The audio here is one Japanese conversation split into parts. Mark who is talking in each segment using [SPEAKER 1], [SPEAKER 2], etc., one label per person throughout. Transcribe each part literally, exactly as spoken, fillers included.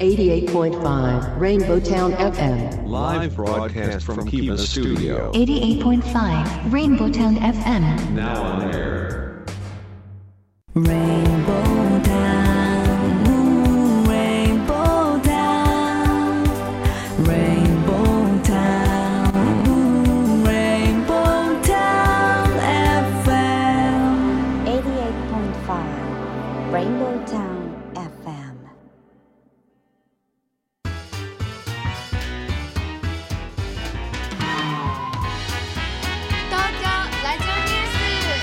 [SPEAKER 1] eighty-eight point five Rainbow Town エフエム
[SPEAKER 2] Live broadcast from Kiva Studio.
[SPEAKER 3] eighty-eight point five Rainbow Town エフエム
[SPEAKER 2] Now on air.
[SPEAKER 4] Rainbow Town, Rainbow Town, Rainbow Town, Rainbow Town エフエム
[SPEAKER 5] eighty-eight point five Rainbow Town エフエム。
[SPEAKER 6] 東京ラジオニュー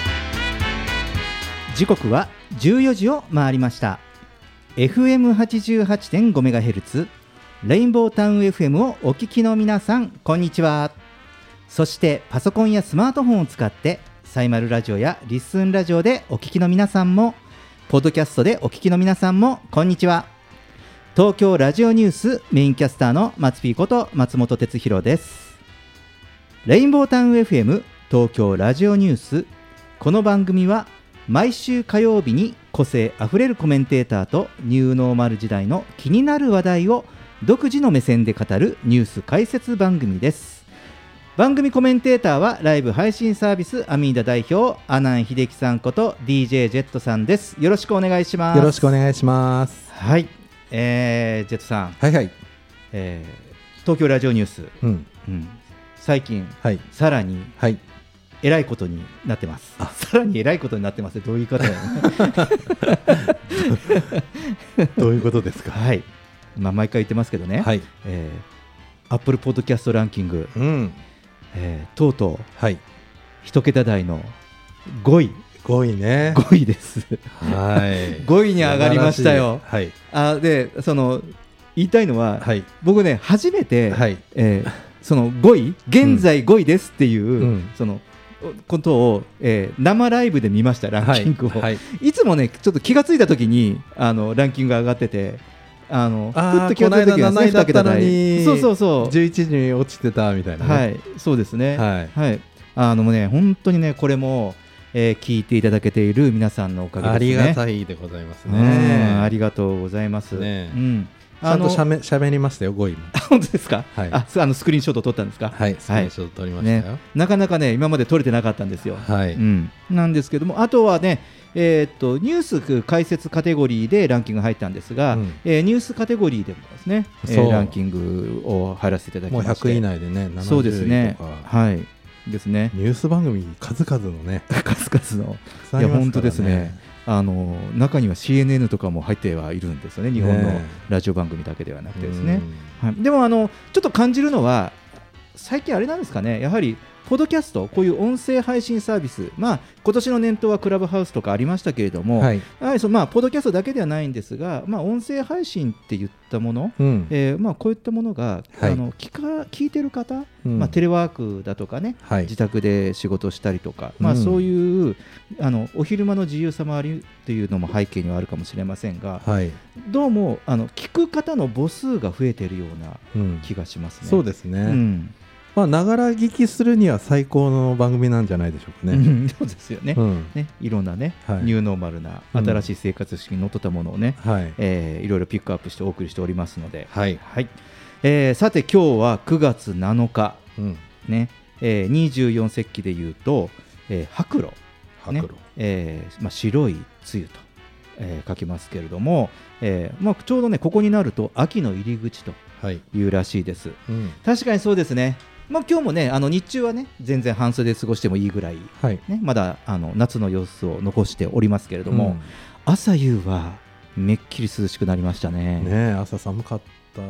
[SPEAKER 6] ス。
[SPEAKER 7] 時刻はじゅうよじを回りました。 エフエムはちじゅうはちてんごメガヘルツ レインボータウン エフエム をお聞きの皆さん、こんにちは。そしてパソコンやスマートフォンを使ってサイマルラジオやリッスンラジオでお聞きの皆さんも、ポッドキャストでお聞きの皆さんも、こんにちは。東京ラジオニュースメインキャスターの松ピーこと松本哲弘です。レインボータウン エフエム 東京ラジオニュース、この番組は毎週火曜日に個性あふれるコメンテーターとニューノーマル時代の気になる話題を独自の目線で語るニュース解説番組です。番組コメンテーターはライブ配信サービスアミーダ代表阿南秀樹さんこと ディージェー ジェットさんです。よろしくお願いします。
[SPEAKER 8] よろしくお願いします。
[SPEAKER 7] はい、えー、ジェットさん、
[SPEAKER 8] はいはい、
[SPEAKER 7] えー、東京ラジオニュース、
[SPEAKER 8] うん
[SPEAKER 7] うん、最近、
[SPEAKER 8] はい、
[SPEAKER 7] さらに、
[SPEAKER 8] はい、
[SPEAKER 7] えらいことになってます。さらにえらいことになってます。どういう言い方だよね
[SPEAKER 8] どういうことですか。
[SPEAKER 7] はい、まあ、毎回言ってますけどね、はい、えー、Apple Podcast ランキング、うん、えー、とうとう、はい、一桁台のごい
[SPEAKER 8] ごいね、
[SPEAKER 7] ごいです、
[SPEAKER 8] はい、
[SPEAKER 7] ごいに上がりましたよ。
[SPEAKER 8] はい、
[SPEAKER 7] あでその言いたいのは、はい、僕ね初めて、はい、えー、そのごい現在ごいですっていう、うん、そのことを、えー、生ライブで見ました。ランキングを、はいはい、いつもねちょっと気がついたときにあのランキングが上がってて、あの
[SPEAKER 8] あふっと気がついたときはなないだったのに
[SPEAKER 7] そうそうそう
[SPEAKER 8] じゅういちいに落ちてたみたいな、ね、
[SPEAKER 7] はい、そうですね、はいはい、あのね本当にねこれも、えー、聞いていただけている皆さんのおかげですね。
[SPEAKER 8] ありがたいでございますね。
[SPEAKER 7] ありがとうございます、ね、うん、
[SPEAKER 8] ちゃんとしゃべ、しゃべりましたよごいも。
[SPEAKER 7] 本当ですか、はい、ああのスクリーンショット撮ったんですか。
[SPEAKER 8] はい、スクリーンショット撮りましたよ、
[SPEAKER 7] ね、なかなかね今まで撮れてなかったんですよ、はい、うん、なんですけども、あとはねえー、っとニュース解説カテゴリーでランキング入ったんですが、うん、えー、ニュースカテゴリーでもですね、えー、ランキングを入らせていただきまして、
[SPEAKER 8] もうひゃくい以内でね、ななじゅういとか、
[SPEAKER 7] そうですね、はいですね、
[SPEAKER 8] ニュース番組数々のね
[SPEAKER 7] 数々の、いや本当ですね、あの中には シーエヌエヌ とかも入ってはいるんですよね、日本のラジオ番組だけではなくてですね、はい、でもあのちょっと感じるのは最近あれなんですかね、やはりポッドキャスト、こういう音声配信サービス、まあ今年の年頭はクラブハウスとかありましたけれども、はい、やはりそのまあポッドキャストだけではないんですが、まあ、音声配信って言ったもの、うん、えー、まあこういったものが、はい、あの聞か聞いてる方、うん、まあ、テレワークだとかね、はい、自宅で仕事したりとか、まあ、そういう、うん、あのお昼間の自由さもあるというのも背景にはあるかもしれませんが、はい、どうもあの聞く方の母数が増えているような気がしますね、
[SPEAKER 8] うん、そうですね、うん、まあ、ながら聞きするには最高の番組なんじゃないでしょうかね。
[SPEAKER 7] うん、そうですよね、うん、ね、いろんなね、はい、ニューノーマルな新しい生活式にのっとったものをね、うん、えー、いろいろピックアップしてお送りしておりますので、はいはい、えー、さて今日はくがつなのか、うん、ね、えー、にじゅうよん節気でいうと、えー、白露、
[SPEAKER 8] 白露、
[SPEAKER 7] ね、えーまあ、白い梅雨と、えー、書きますけれども、えーまあ、ちょうどねここになると秋の入り口というらしいです、はい、うん、確かにそうですね。まあ、今日もねあの日中はね全然半袖で過ごしてもいいぐらい、はい、ね、まだあの夏の様子を残しておりますけれども、うん、朝夕はめっきり涼しくなりましたね。
[SPEAKER 8] ね、朝寒かった、うん、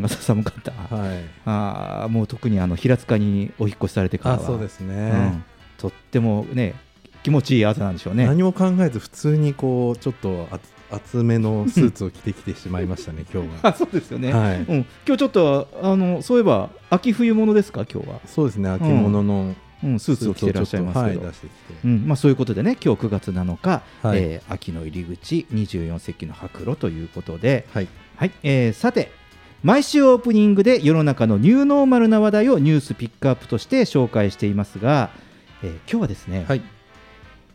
[SPEAKER 7] 朝寒かった、はい、あもう特にあの平塚にお引っ越しされてからは、
[SPEAKER 8] あ、そうですね、
[SPEAKER 7] うん、とってもね気持ちいい朝なんでしょうね。
[SPEAKER 8] 何も考えず普通にこうちょっと厚めのスーツを着てきてしまいましたね今日は。
[SPEAKER 7] あ、そうですよね、はい、うん、今日ちょっとあのそういえば秋冬物ですか今日は。
[SPEAKER 8] そうですね、秋物の、
[SPEAKER 7] うんうん、スーツを着てらっしゃいますけど、はい、出してきて、うん、まあ、そういうことでね今日くがつなのか、はい、えー、秋の入り口にじゅうよん節気の白露ということで、はいはい、えー、さて毎週オープニングで世の中のニューノーマルな話題をニュースピックアップとして紹介していますが、えー、今日はですね、はい、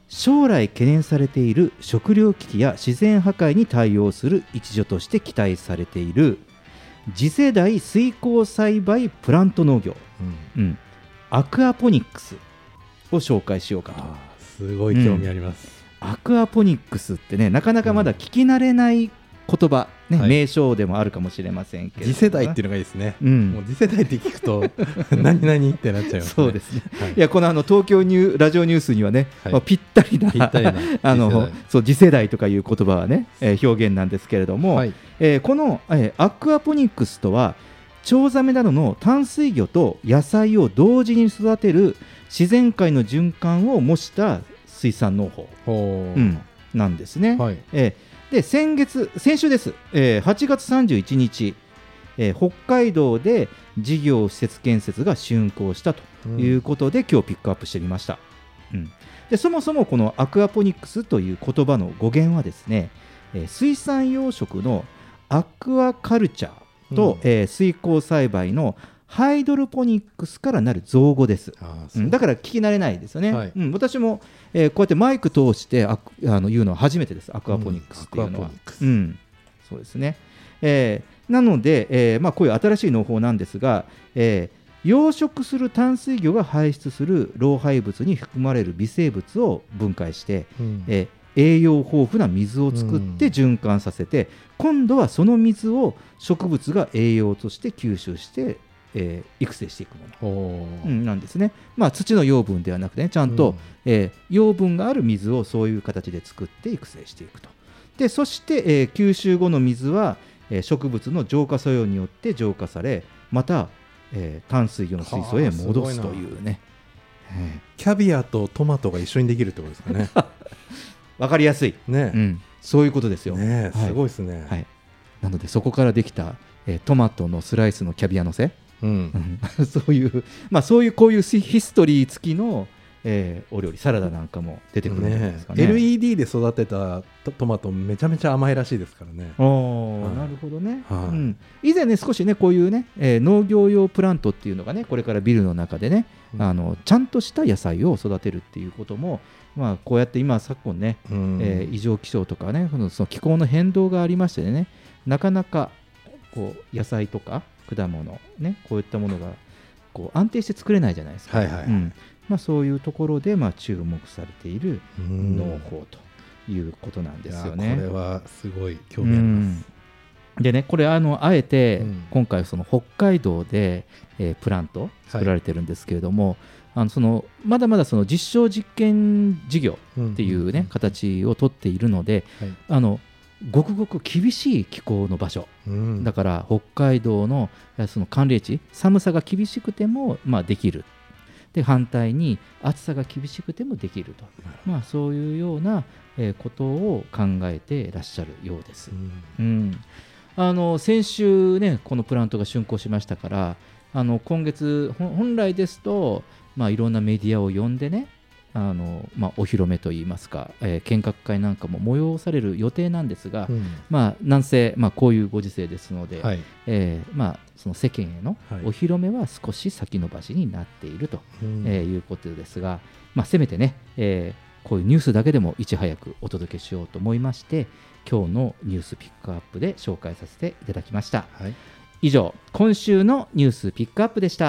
[SPEAKER 7] 将来懸念されている食糧危機や自然破壊に対応する一助として期待されている次世代水耕栽培プラント農業、うんうん、アクアポニックスを紹介しようかと。
[SPEAKER 8] あすごい興味あります、
[SPEAKER 7] うん、アクアポニックスってねなかなかまだ聞き慣れない言葉、ねはい、名称でもあるかもしれませんけど
[SPEAKER 8] 次世代っていうのがいいですね、
[SPEAKER 7] うん、
[SPEAKER 8] もう次世代って聞くと何々ってなっちゃいますね。
[SPEAKER 7] そうですね、
[SPEAKER 8] はい、
[SPEAKER 7] いやこのあの東京ニューラジオニュースにはね、はいまあ、ぴったりな、
[SPEAKER 8] ぴったりな
[SPEAKER 7] あのそう次世代とかいう言葉はね、えー、表現なんですけれども、はいえー、この、えー、アクアポニックスとはチョウザメなどの淡水魚と野菜を同時に育てる自然界の循環を模した水産農法、うん、なんですね、はいえーで先月先週です、えー、はちがつさんじゅういちにち、えー、北海道で事業施設建設が竣工したということで、うん、今日ピックアップしてみました、うん、でそもそもこのアクアポニックスという言葉の語源はですね、えー、水産養殖のアクアカルチャーと、うんえー、水耕栽培のハイドロポニックスからなる造語です。あうん、だから聞き慣れないですよね、はいうん、私も、えー、こうやってマイク通してああの言うのは初めてです。アクアポニックスっていうのは、うんうん、そうですね、えー、なので、えーまあ、こういう新しい農法なんですが、えー、養殖する淡水魚が排出する老廃物に含まれる微生物を分解して、うんえー栄養豊富な水を作って循環させて、うん、今度はその水を植物が栄養として吸収してえー、育成していくもの、うん、なんですね、まあ、土の養分ではなくて、ね、ちゃんと、うんえー、養分がある水をそういう形で作って育成していくと。でそして、えー、吸収後の水は、えー、植物の浄化作用によって浄化されまた、えー、淡水魚の水槽へ戻すというね、
[SPEAKER 8] えー、キャビアとトマトが一緒にできるってことですかね
[SPEAKER 7] わかりやすい、ねうん、そういうことですよ、
[SPEAKER 8] ね、すごいですね、
[SPEAKER 7] はい、なのでそこからできた、えー、トマトのスライスのキャビアのせうんうん、そういう、まあ、そういうこういうヒストリー付きの、えー、お料理サラダなんかも出てくるんですかね。
[SPEAKER 8] エルイーディー で育てたトマトめちゃめちゃ甘いらしいですからね。
[SPEAKER 7] お、はい、なるほどね、はいうん、以前ね少しねこういうね、えー、農業用プラントっていうのがねこれからビルの中でね、うん、あのちゃんとした野菜を育てるっていうことも、まあ、こうやって今昨今ね、うんえー、異常気象とかねそのその気候の変動がありましてねなかなかこう野菜とか果物、ね、こういったものがこう安定して作れないじゃないですか、はいはいうんまあ、そういうところでまあ注目されている農法ということなんですよね。
[SPEAKER 8] これはすごい興味あります。
[SPEAKER 7] でねこれあのあえて今回その北海道で、えー、プラント作られてるんですけれども、はい、あのそのまだまだその実証実験事業っていうね、うん、形をとっているので、はい、あのごくごく厳しい気候の場所、うん、だから北海道のその寒冷地寒さが厳しくても、まあ、できるで反対に暑さが厳しくてもできると、まあ、そういうような、えー、ことを考えていらっしゃるようです、うんうん、あの先週ねこのプラントが竣工しましたからあの今月本来ですと、まあ、いろんなメディアを呼んでねあのまあ、お披露目といいますか、えー、見学会なんかも催される予定なんですが、うんまあ、なんせ、まあ、こういうご時世ですので、はいえーまあ、その世間へのお披露目は少し先延ばしになっていると、はいえー、いうことですが、まあ、せめてね、えー、こういうニュースだけでもいち早くお届けしようと思いまして今日のニュースピックアップで紹介させていただきました、はい、以上今週のニュースピックアップでした。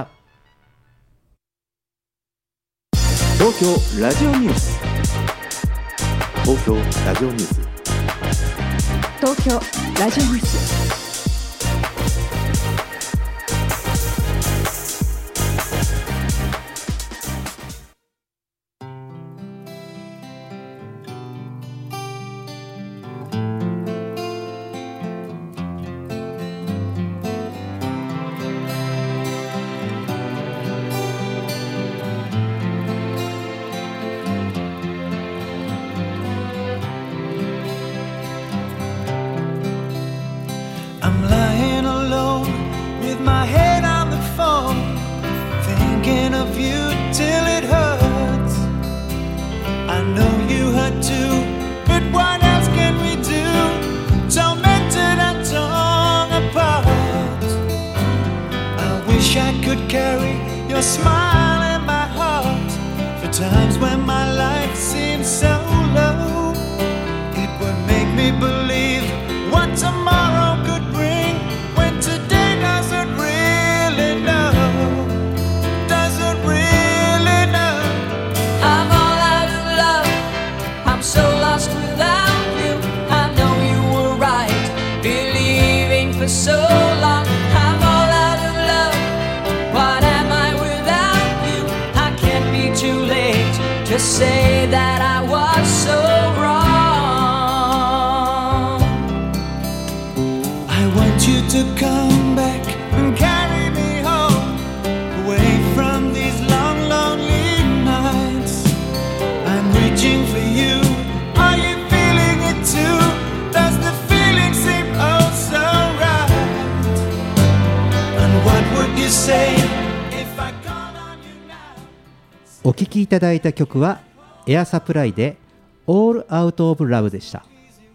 [SPEAKER 6] 東京ラジオニュース東京ラジオニュース
[SPEAKER 4] 東京ラジオニュース
[SPEAKER 9] Carry your smile in my heart for times when my life seems so waiting for so long. I'm all out of love. What am I without you? I can't be too late to say that I was so wrong. I want you to come back and carry me home, away from these long, lonely nights. I'm reaching for you. Are you feeling it too? Does the feeling seem oh so right? And what would you say if I call on you now?
[SPEAKER 7] お聴きいただいた曲はエアサプライで All Out of Love でした。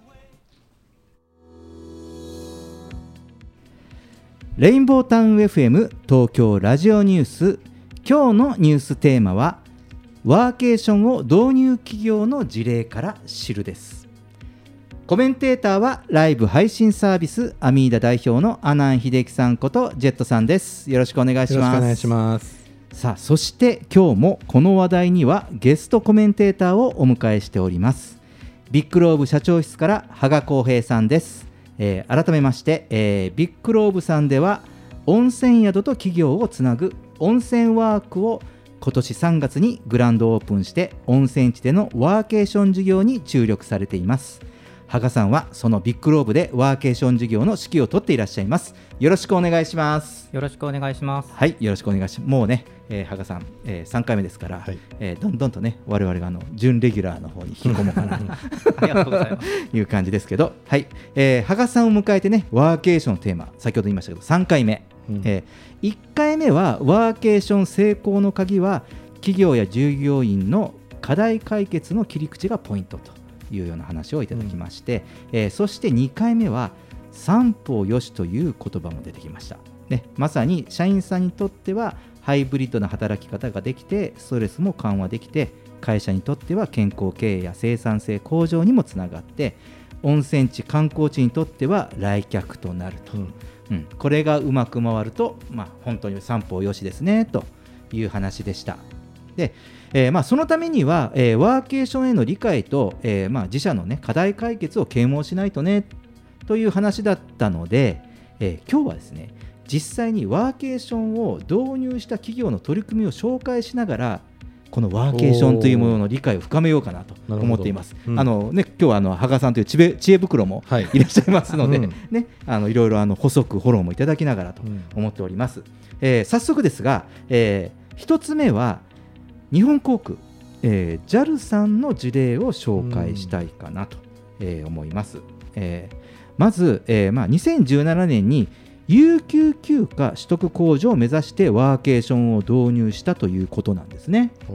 [SPEAKER 7] レインボータウン エフエム 東京ラジオニュース、今日のニューステーマはワーケーションを導入企業の事例から知るです。コメンテーターはライブ配信サービスアミーダ代表の阿南秀樹さんことジェットさんです。よろしくお願いします。
[SPEAKER 8] よろしくお願いします。
[SPEAKER 7] さあ、そして今日もこの話題にはゲストコメンテーターをお迎えしております。ビッグローブ社長室から羽賀康平さんです。えー、改めまして、えー、ビッグローブさんでは温泉宿と企業をつなぐ温泉ワークを今年さんがつにグランドオープンして温泉地でのワーケーション事業に注力されています。羽賀さんはそのビッグローブでワーケーション事業の指揮を取っていらっしゃいます。よろしくお願いします。
[SPEAKER 10] よろしくお願いします。
[SPEAKER 7] はい、よろしくお願いします。もうね、えー、羽賀さん、えー、さんかいめですから、はい、えー、どんどんとね我々があの準レギュラーの方に引き込もうかなと
[SPEAKER 10] ありがとうございます
[SPEAKER 7] いう感じですけど、はい、えー、羽賀さんを迎えてねワーケーションのテーマ、先ほど言いましたけどさんかいめ、うん、えー、いっかいめはワーケーション成功の鍵は企業や従業員の課題解決の切り口がポイントというような話をいただきまして、うん、えー、そしてにかいめは三方よしという言葉も出てきました、ね、まさに社員さんにとってはハイブリッドな働き方ができてストレスも緩和できて、会社にとっては健康経営や生産性向上にもつながって、温泉地観光地にとっては来客となると、うんうん、これがうまく回ると、まあ、本当に三方よしですねという話でした。で、えーまあ、そのためには、えー、ワーケーションへの理解と、えーまあ、自社の、ね、課題解決を啓蒙しないとねという話だったので、えー、今日はですね実際にワーケーションを導入した企業の取り組みを紹介しながらこのワーケーションというものの理解を深めようかなと思っています。うん、あのね、今日はあの羽賀さんという知恵、知恵袋もいらっしゃいますので、はい、うん、ね、あのいろいろあの補足フォローもいただきながらと思っております。うん、えー、早速ですが、えー、ひとつめは日本航空、えー、ジャル さんの事例を紹介したいかなと、うん、えー、思います。えー、まず、えーまあ、にせんじゅうななねんに有給休暇取得控除を目指してワーケーションを導入したということなんですね。うん、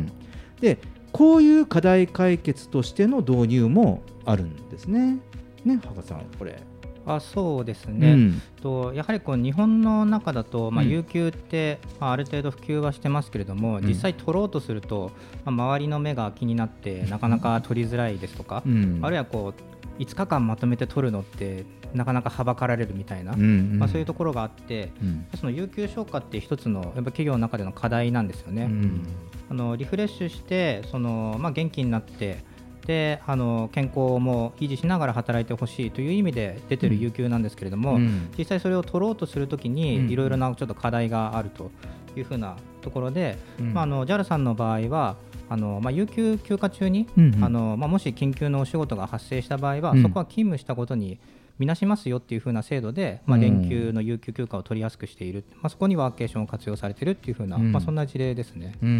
[SPEAKER 7] でこういう課題解決としての導入もあるんですね。ね、羽賀さん、これ
[SPEAKER 10] あそうですね、うん、とやはりこう日本の中だと、まあ、有給って、うん、まあ、ある程度普及はしてますけれども、うん、実際取ろうとすると、まあ、周りの目が気になってなかなか取りづらいですとか、うん、あるいはこういつかかんまとめて取るのってなかなかはばかられるみたいな、うんうん、まあ、そういうところがあって、うん、その有給消化って一つのやっぱ企業の中での課題なんですよね。うん、あのリフレッシュしてその、まあ、元気になってであの健康も維持しながら働いてほしいという意味で出てる有給なんですけれども、うん、実際それを取ろうとするときにいろいろなちょっと課題があるというふうなところで、うん、まあ、あの ジャル さんの場合はあの、まあ、有給休暇中に、うんうん、あのまあ、もし緊急のお仕事が発生した場合は、うん、そこは勤務したことにみなしますよっていう風な制度で、まあ、連休の有給休暇を取りやすくしている、まあ、そこにワーケーションを活用されているっていう風な、うん、まあ、そんな事例ですね。
[SPEAKER 7] うん、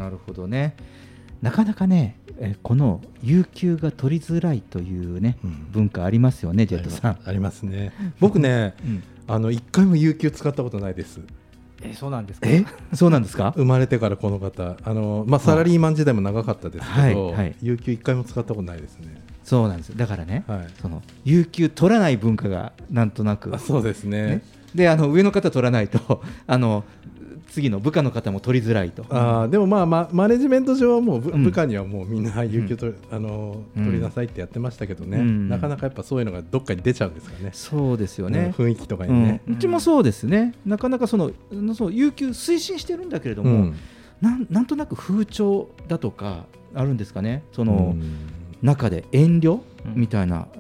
[SPEAKER 7] なるほどね。なかなかね、えこの有給が取りづらいというね、うん、文化ありますよね、ジェットさん。
[SPEAKER 8] ありますね。僕ね、うん、あのいっかいも有給使ったことないです。
[SPEAKER 10] えそうなんですか。
[SPEAKER 7] えそうなんですか。
[SPEAKER 8] 生まれてからこの方、あの、まあ、サラリーマン時代も長かったですけど、はいはい、有給いっかいも使ったことないですね。
[SPEAKER 7] そうなんです。だからね、はい、その有給取らない文化がなんとなく、
[SPEAKER 8] あそうですね。ね
[SPEAKER 7] であの上の方取らないとあの次の部下の方も取りづらいと。
[SPEAKER 8] あでも、まあ、まあマネジメント上はもう 部,、うん、部下にはもうみんな有給取、うん、あの取りなさいってやってましたけどね、うん、なかなかやっぱそういうのがどっかに出ちゃうんですかね。
[SPEAKER 7] そうですよね、
[SPEAKER 8] うん、雰囲気とかにね、
[SPEAKER 7] うん、うちもそうですね。なかなかそのそう有給推進してるんだけれども、うん、な, なんとなく風潮だとかあるんですかね。その、うん、中で遠慮みたいなね、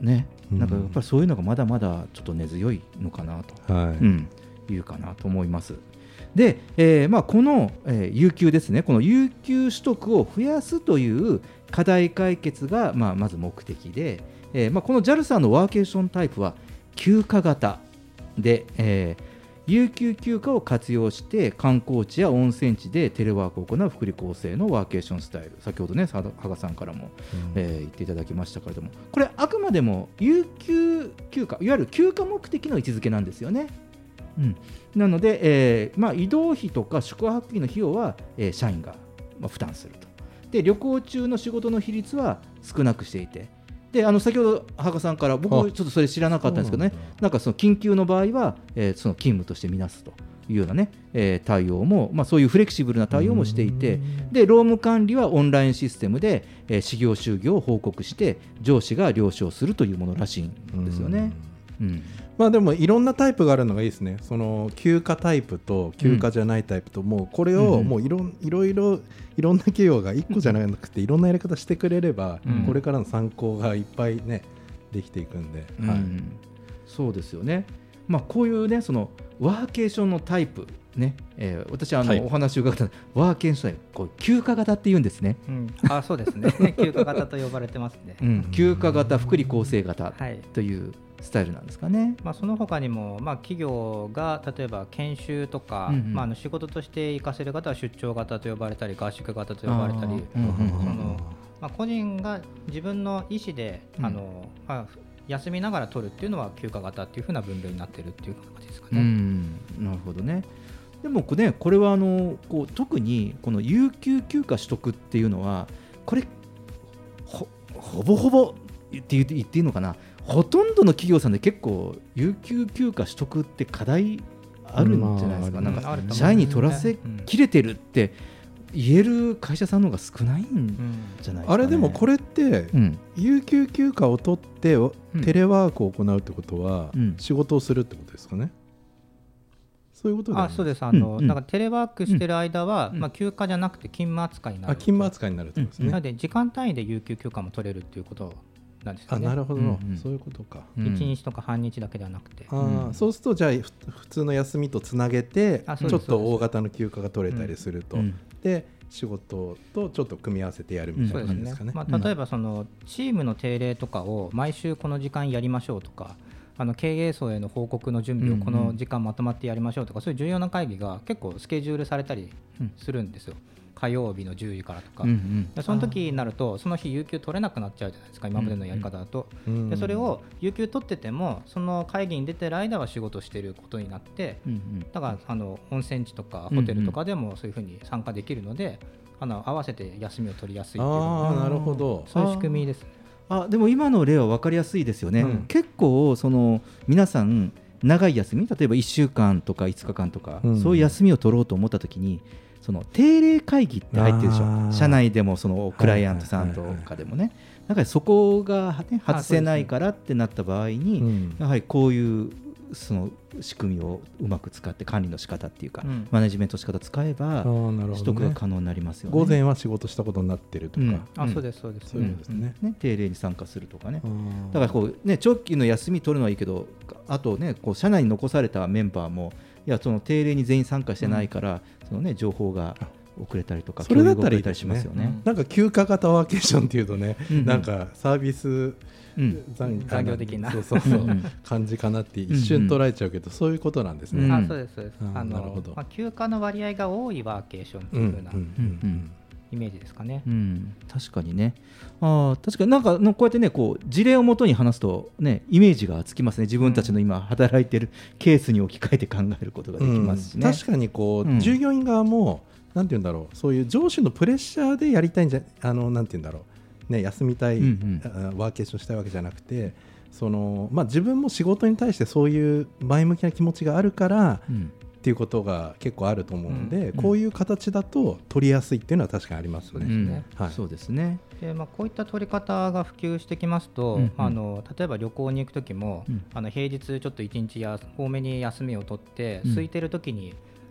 [SPEAKER 7] なんかやっぱりそういうのがまだまだちょっと根強いのかなと、はい、うん、いうかなと思います。で、えーまあ、この、えー、有給ですね、この有給取得を増やすという課題解決が、まあ、まず目的で、えーまあ、この ジャル さんのワーケーションタイプは休暇型で、えー、有給休暇を活用して観光地や温泉地でテレワークを行う福利厚生のワーケーションスタイル、先ほどね羽賀さんからも、うんえー、言っていただきましたけれども、これあくまでも有給休暇、いわゆる休暇目的の位置づけなんですよね。うん、なので、えーまあ、移動費とか宿泊費の費用は、えー、社員が、まあ、負担すると。で旅行中の仕事の比率は少なくしていて、であの先ほど羽賀さんから僕ちょっとそれ知らなかったんですけどね、なんかその緊急の場合は、えー、その勤務としてみなすというようなね、えー、対応も、まあ、そういうフレキシブルな対応もしていて、で労務管理はオンラインシステムで、えー、始業就業を報告して上司が了承するというものらしいんですよね。うん、
[SPEAKER 8] まあでもいろんなタイプがあるのがいいですね。その休暇タイプと休暇じゃないタイプと、うん、もうこれをもういろいろいろいろんな企業がいっこじゃなくていろんなやり方してくれれば、うん、これからの参考がいっぱいねできていくんで、
[SPEAKER 7] うんはい、そうですよね。まあこういうねそのワーケーションのタイプね、えー、私あの、はい、お話を伺ったワーケーションこう休暇型って言うんですね。
[SPEAKER 10] うん、あそうですね休暇型と呼ばれてますね。
[SPEAKER 7] うん、休暇型福利厚生型という、はいスタイルなんですかね。
[SPEAKER 10] まあ、その他にも、まあ、企業が例えば研修とか、うんうんまあ、あの仕事として活かせる方は出張型と呼ばれたり合宿型と呼ばれたり、そのまあ、個人が自分の意思で、うんあのまあ、休みながら取るっていうのは休暇型っていう風な分類になってるっていう感じですかね。
[SPEAKER 7] うんなるほどね。でも、ね、これはあのこう特にこの有給休暇取得っていうのはこれ ほ, ほぼほぼって言っていいのかな、ほとんどの企業さんで結構有給休暇取得って課題あるんじゃないですか。なんか社員に取らせきれてるって言える会社さんの方が少ないんじゃないですかね。
[SPEAKER 8] あれでもこれって、うん、有給休暇を取ってテレワークを行うってことは、うん、仕事をするってことですかね。そういうことで、
[SPEAKER 10] あそうですあの、うん、なんかテレワークしてる間は、うんまあ、休暇じゃなくて勤務扱いになる。
[SPEAKER 8] あ勤務扱いになるってことですね。
[SPEAKER 10] なので時間単位で有給休暇も取れるっていうことなんですよね。
[SPEAKER 8] あなるほど、うんうん、そういうことか。
[SPEAKER 10] いちにちとか半日だけではなくて、
[SPEAKER 8] あ、うん、そうするとじゃあ普通の休みとつなげてちょっと大型の休暇が取れたりすると、うん、で仕事とちょっと組み合わせてやるみたいな感じですかね。
[SPEAKER 10] まあ、例えばそのチームの定例とかを毎週この時間やりましょうとか、あの経営層への報告の準備をこの時間まとまってやりましょうとか、そういう重要な会議が結構スケジュールされたりするんですよ。火曜日のじゅうじからとか、うんうん、その時になるとその日有給取れなくなっちゃうじゃないですか、今までのやり方だと、うんうん、でそれを有給取っててもその会議に出てる間は仕事してることになって、うんうん、だからあの温泉地とかホテルとかでもそういうふうに参加できるので、あの合わせて休みを取りやすいっていうの、
[SPEAKER 8] あなるほど、
[SPEAKER 10] そういう仕組みですね。
[SPEAKER 7] あでも今の例は分かりやすいですよね、うん、結構その皆さん長い休み、例えばいっしゅうかんとかいつかかんとか、うん、そういう休みを取ろうと思った時にその定例会議って入ってるでしょ。社内でもそのクライアントさんとかでもね、だからそこが、ね、外せないからってなった場合に、うん、やはりこういうその仕組みをうまく使って管理の仕方っていうか、うん、マネジメント仕方使えば取得が可能になりますよね。
[SPEAKER 8] 午前は仕事したことになってるとか、うん、
[SPEAKER 10] あそうですそうです、
[SPEAKER 8] そういうですね、
[SPEAKER 7] ね定例に参加するとかね。だからこう、ね、長期の休み取るのはいいけど、あと、ね、こう社内に残されたメンバーもいやその定例に全員参加してないから、うん、そのね、情報が遅れたりとか、
[SPEAKER 8] それだったらいいですね。なんか休暇型ワーケーションっていうとね、うん、なんかサービス
[SPEAKER 10] 残, 残業的な
[SPEAKER 8] そうそうそう感じかなって一瞬捉えちゃうけど、そういうことなんですね。
[SPEAKER 10] あそうですそうです。あのなるほど、まあ、休暇の割合が多いワーケーションという風なイメージですかね。
[SPEAKER 7] うん、確かにね。あ確かになんかこうやってね、こう事例をもとに話すとね、イメージがつきますね。自分たちの今働いてるケースに置き換えて考えることができますしね。
[SPEAKER 8] うん、確かにこう、うん、従業員側もなんて言うんだろう、そういう上司のプレッシャーでやりたいんじゃ、あのなんて言うんだろうね、休みたい、うんうん、ワーケーションしたいわけじゃなくて、その、まあ、自分も仕事に対してそういう前向きな気持ちがあるから、うん、っていうことが結構あると思うので、うん、こういう形だと取りやすいっていうのは確かにありますよね。
[SPEAKER 7] うんはい、そうですね。
[SPEAKER 10] でまあ、こういった取り方が普及してきますと、うんうん、あの例えば旅行に行くときも、うん、あの平日ちょっといちにちや多めに休みを取って、うん、空いてるときに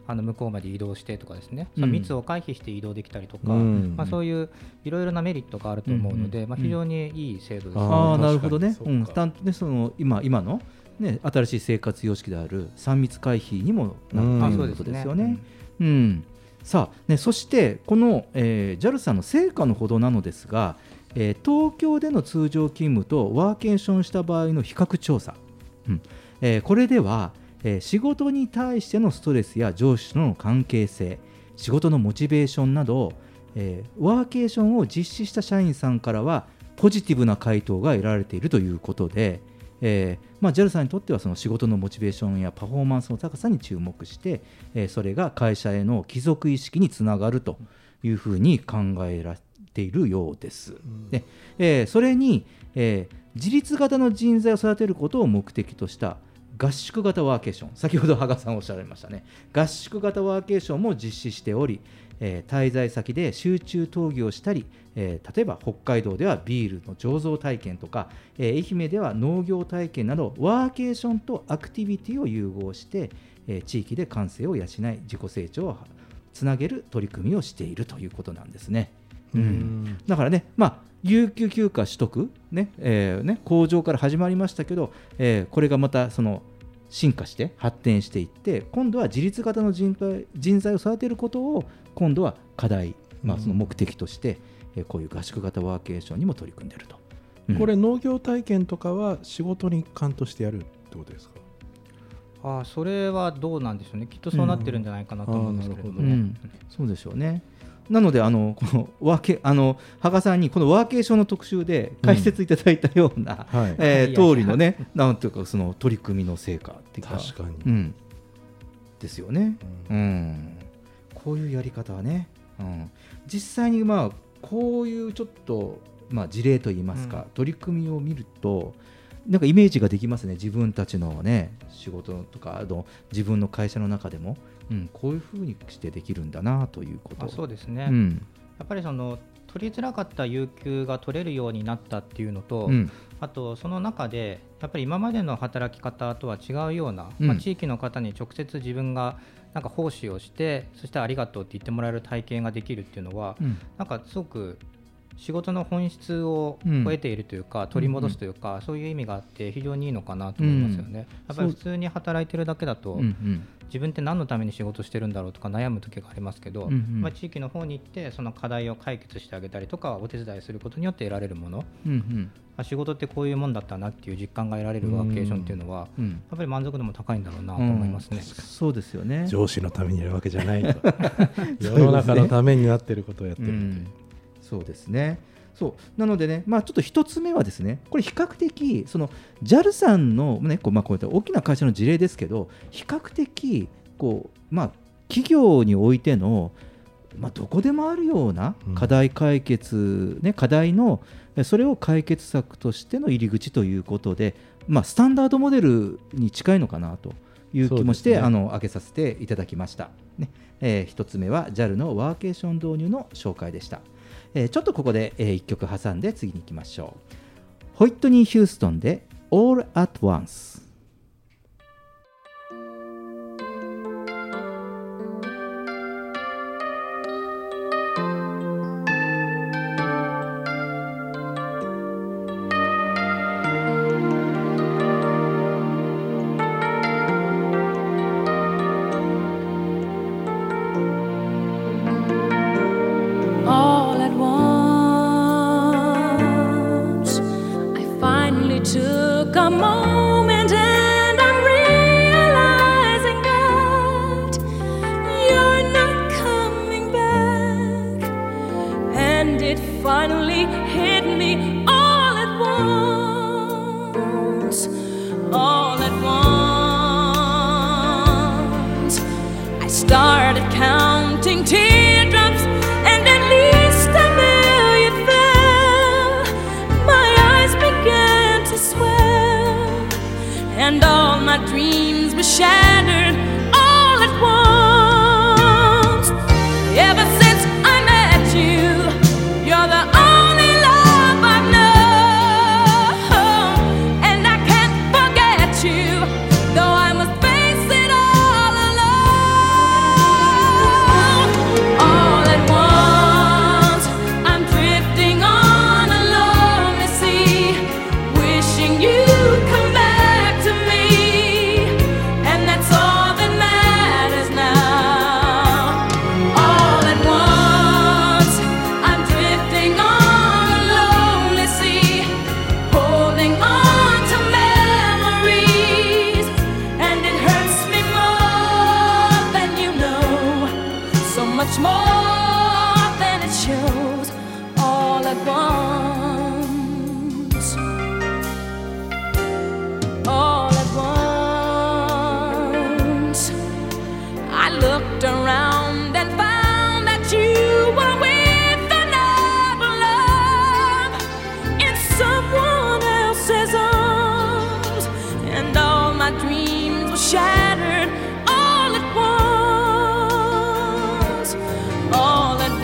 [SPEAKER 10] あの向こうまで移動してとかですね、
[SPEAKER 7] うん、
[SPEAKER 10] その密を回避して移動できたりとか、
[SPEAKER 8] うん
[SPEAKER 10] まあ、そういういろいろなメリットがあると思うので、
[SPEAKER 7] うんうん
[SPEAKER 10] まあ、非常にいい制度です、ね、
[SPEAKER 7] ああなるほどね、
[SPEAKER 8] 確かに
[SPEAKER 7] うん、たんねその 今, 今の、ね、新しい生活様式であるさん密回避にもなるということですよね。うん、うん、さあね、そしてこの、えー、ジャル さんの成果のほどなのですが、えー、東京での通常勤務とワーケーションした場合の比較調査、うんえー、これではえー、仕事に対してのストレスや上司との関係性、仕事のモチベーションなど、えー、ワーケーションを実施した社員さんからはポジティブな回答が得られているということで、えーまあ、ジャル さんにとってはその仕事のモチベーションやパフォーマンスの高さに注目して、えー、それが会社への帰属意識につながるというふうに考えられているようです。うんでえー、それに、えー、自立型の人材を育てることを目的とした合宿型ワーケーション、先ほど羽賀さんおっしゃられましたね。合宿型ワーケーションも実施しており、えー、滞在先で集中闘技をしたり、えー、例えば北海道ではビールの醸造体験とか、えー、愛媛では農業体験などワーケーションとアクティビティを融合して、えー、地域で感性を養い自己成長をつなげる取り組みをしているということなんですね。うん、だからね、まあ有給休暇取得、ねえーね、工場から始まりましたけど、えー、これがまたその進化して発展していって、今度は自立型の 人, 人材を育てることを今度は課題、まあ、その目的として、うん、えー、こういう合宿型ワーケーションにも取り組んでいると、うん、
[SPEAKER 8] これ農業体験とかは仕事に一環としてやるってことですか？
[SPEAKER 10] あ、それはどうなんでしょうね。きっとそうなってるんじゃないかなと思うんですけれどもね、うん
[SPEAKER 7] うん、そうでしょうね。なのであのこのワーケあの羽賀さんにこのワーケーションの特集で解説いただいたような、うんはいえー、通りのねなんていうかその取り組みの成果っていうか、
[SPEAKER 8] 確かに、
[SPEAKER 7] うん、ですよね、うんうん、こういうやり方はね、うん、実際にまあこういうちょっと、まあ、事例といいますか、うん、取り組みを見るとなんかイメージができますね。自分たちのね仕事とかあの自分の会社の中でも、うん、こういうふうにしてできるんだなということ。
[SPEAKER 10] あ、そうですね、
[SPEAKER 7] うん、
[SPEAKER 10] やっぱりその取りづらかった有給が取れるようになったっていうのと、うん、あとその中でやっぱり今までの働き方とは違うような、うんまあ、地域の方に直接自分がなんか奉仕をしてそしてありがとうって言ってもらえる体験ができるっていうのは、うん、なんかすごく仕事の本質を超えているというか、うん、取り戻すというか、うん、そういう意味があって非常にいいのかなと思いますよね、うん、やっぱり普通に働いてるだけだと、うんうん、自分って何のために仕事してるんだろうとか悩む時がありますけど、うんうんまあ、地域の方に行ってその課題を解決してあげたりとかお手伝いすることによって得られるもの、うんうんまあ、仕事ってこういうもんだったなっていう実感が得られるワーケーションっていうのは、うん、やっぱり満足度も高いんだろうなと思いますね、うん、
[SPEAKER 7] そうですよね。
[SPEAKER 8] 上司のためにやるわけじゃないと世の中のためになってることをやってるので、うん、
[SPEAKER 7] そうですね。そうなのでね、まあ、ちょっと一つ目はですね、これ比較的その ジャル さんの、ねこうまあ、こういった大きな会社の事例ですけど、比較的こう、まあ、企業においての、まあ、どこでもあるような課題解決、うんね、課題のそれを解決策としての入り口ということで、まあ、スタンダードモデルに近いのかなという気もして、ね、あの挙げさせていただきました、ねえー、一つ目は ジャル のワーケーション導入の紹介でした。えー、ちょっとここで、えー、いっきょく挟んで次に行きましょう。ホイットニー・ヒューストンで All at Once。
[SPEAKER 11] Though I must face it all alone. much more than it shows all at once. All at once, I looked around and found that you were with another love in someone else's arms, and all my dreams were shattered all at once. All at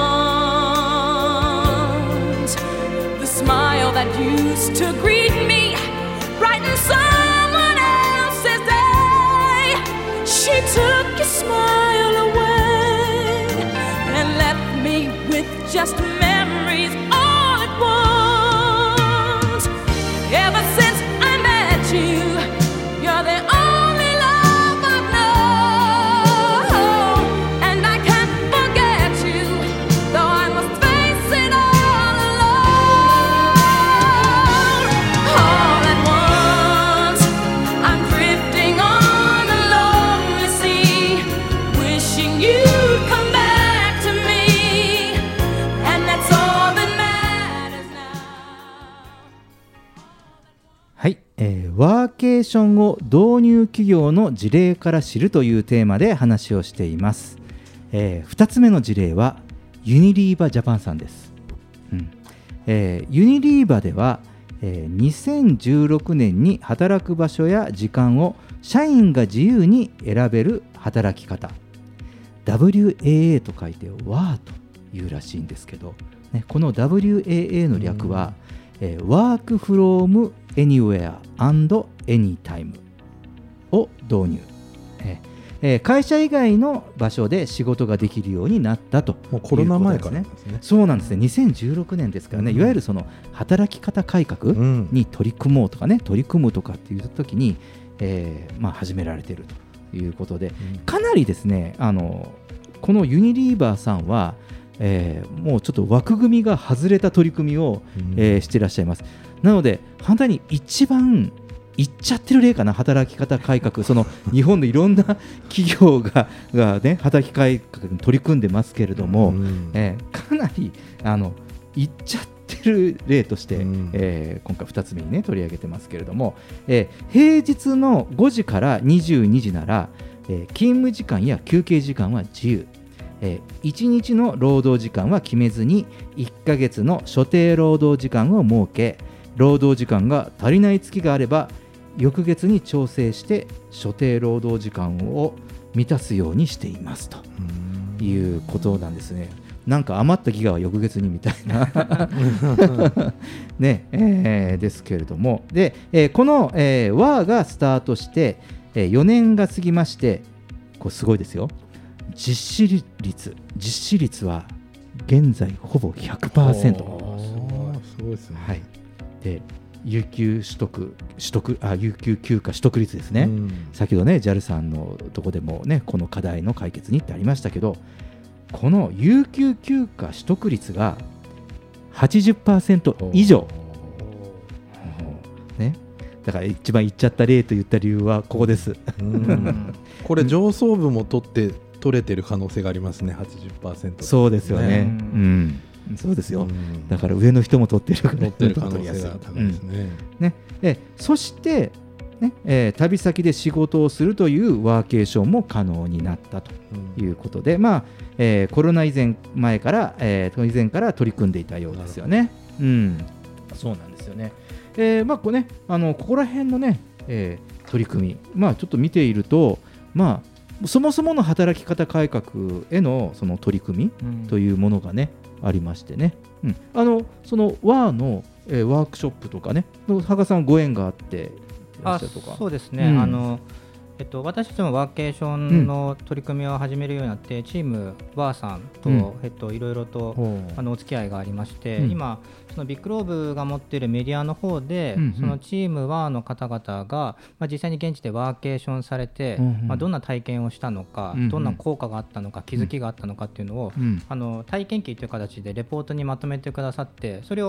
[SPEAKER 11] once, the smile that used to greet me brighten someone else's day. She took your smile away and left me with just memories all at once. Ever since I met you, you're the only love I've known, and I can't forget you, though I must face it all alone. All at once, I'm drifting on a lonely sea, wishing you'd come back to me, and that's all that matters now.
[SPEAKER 7] はい、えーワーケーションを導入企業の事例から知るというテーマで話をしています。えー、ふたつめの事例はユニリーバジャパンさんです。うんえーユニリーバでは、えーにせんじゅうろくねんに働く場所や時間を社員が自由に選べる働き方、 ダブリューエーエー と書いて ワー というらしいんですけど、ね、この ダブリューエーエー の略は、えー、Work from Anywhere and Anytime を導入、えーえー会社以外の場所で仕事ができるようになったということですね。
[SPEAKER 8] もうコロナ前からですね。
[SPEAKER 7] そうなんですね。にせんじゅうろくねんですからね、
[SPEAKER 8] うん
[SPEAKER 7] いわゆるその働き方改革に取り組もうとかね、取り組むとかっていう時に、えーまあ、始められているということで、
[SPEAKER 8] うん
[SPEAKER 7] かなりですね、あのこのユニリーバーさんは、えーもうちょっと枠組みが外れた取り組みを、
[SPEAKER 8] うん
[SPEAKER 7] えーしていらっしゃいます。なので反対に一番いっちゃってる例かな、働き方改革、その日本のいろんな企業がが、ね、働き改革に取り組んでますけれども、
[SPEAKER 8] うん
[SPEAKER 7] えーかなりあのいっちゃってる例として、
[SPEAKER 8] うん
[SPEAKER 7] えー今回ふたつめに、ね、取り上げてますけれども、えー平日のごじからにじゅうにじなら、えー勤務時間や休憩時間は自由、えーいちにちの労働時間は決めずにいっかげつの所定労働時間を設け、労働時間が足りない月があれば翌月に調整して所定労働時間を満たすようにしていますということなんですね。なんか余ったギガは翌月にみたいなね、えーですけれども、で、えーこの、えー、ワー がスタートして、えーよねんが過ぎまして、これすごいですよ、実施率実施率は現在ほぼ ひゃくパーセント。
[SPEAKER 8] すごいですね。
[SPEAKER 7] はい、で有給取得取得あ有給休暇取得率ですね、
[SPEAKER 8] うん、
[SPEAKER 7] 先ほどね ジャル さんのとこでもねこの課題の解決にってありましたけど、この有給休暇取得率が はちじゅっパーセント 以上、ね、だから一番言っちゃった例と言った理由はここです。
[SPEAKER 8] うんこれ上層部も取って取れてる可能性がありますね。 はちじゅっパーセント、
[SPEAKER 7] そうですよね、うんうん、そうですよ、うん、だから上の人も取ってる
[SPEAKER 8] 取ってる可能性が高いですね。
[SPEAKER 7] うんねえそしてねえー、旅先で仕事をするというワーケーションも可能になったということで、うんまあえー、コロナ以前前から、えー、以前から取り組んでいたようですよね。うん、そうなんですよね。えーまあこうね、あのここら辺のね、えー、取り組み、まあ、ちょっと見ていると、まあ、そもそもの働き方改革へのその取り組みというものがね、うん、ありましてね、うん、あのそのワーの、えー、ワークショップとかね、羽賀さんご縁があって
[SPEAKER 10] あそうですね、うん、あのえっと、私たちもワーケーションの取り組みを始めるようになって、うん、チームワーさんと、うんえっと、いろいろとあのお付き合いがありまして、うん、今そのビッグローブが持っているメディアの方で、うんうん、そのチームワーの方々が、まあ、実際に現地でワーケーションされて、うんうんまあ、どんな体験をしたのか、うんうん、どんな効果があったのか気づきがあったのかっていうのを、うん、あの体験記という形でレポートにまとめてくださって、それを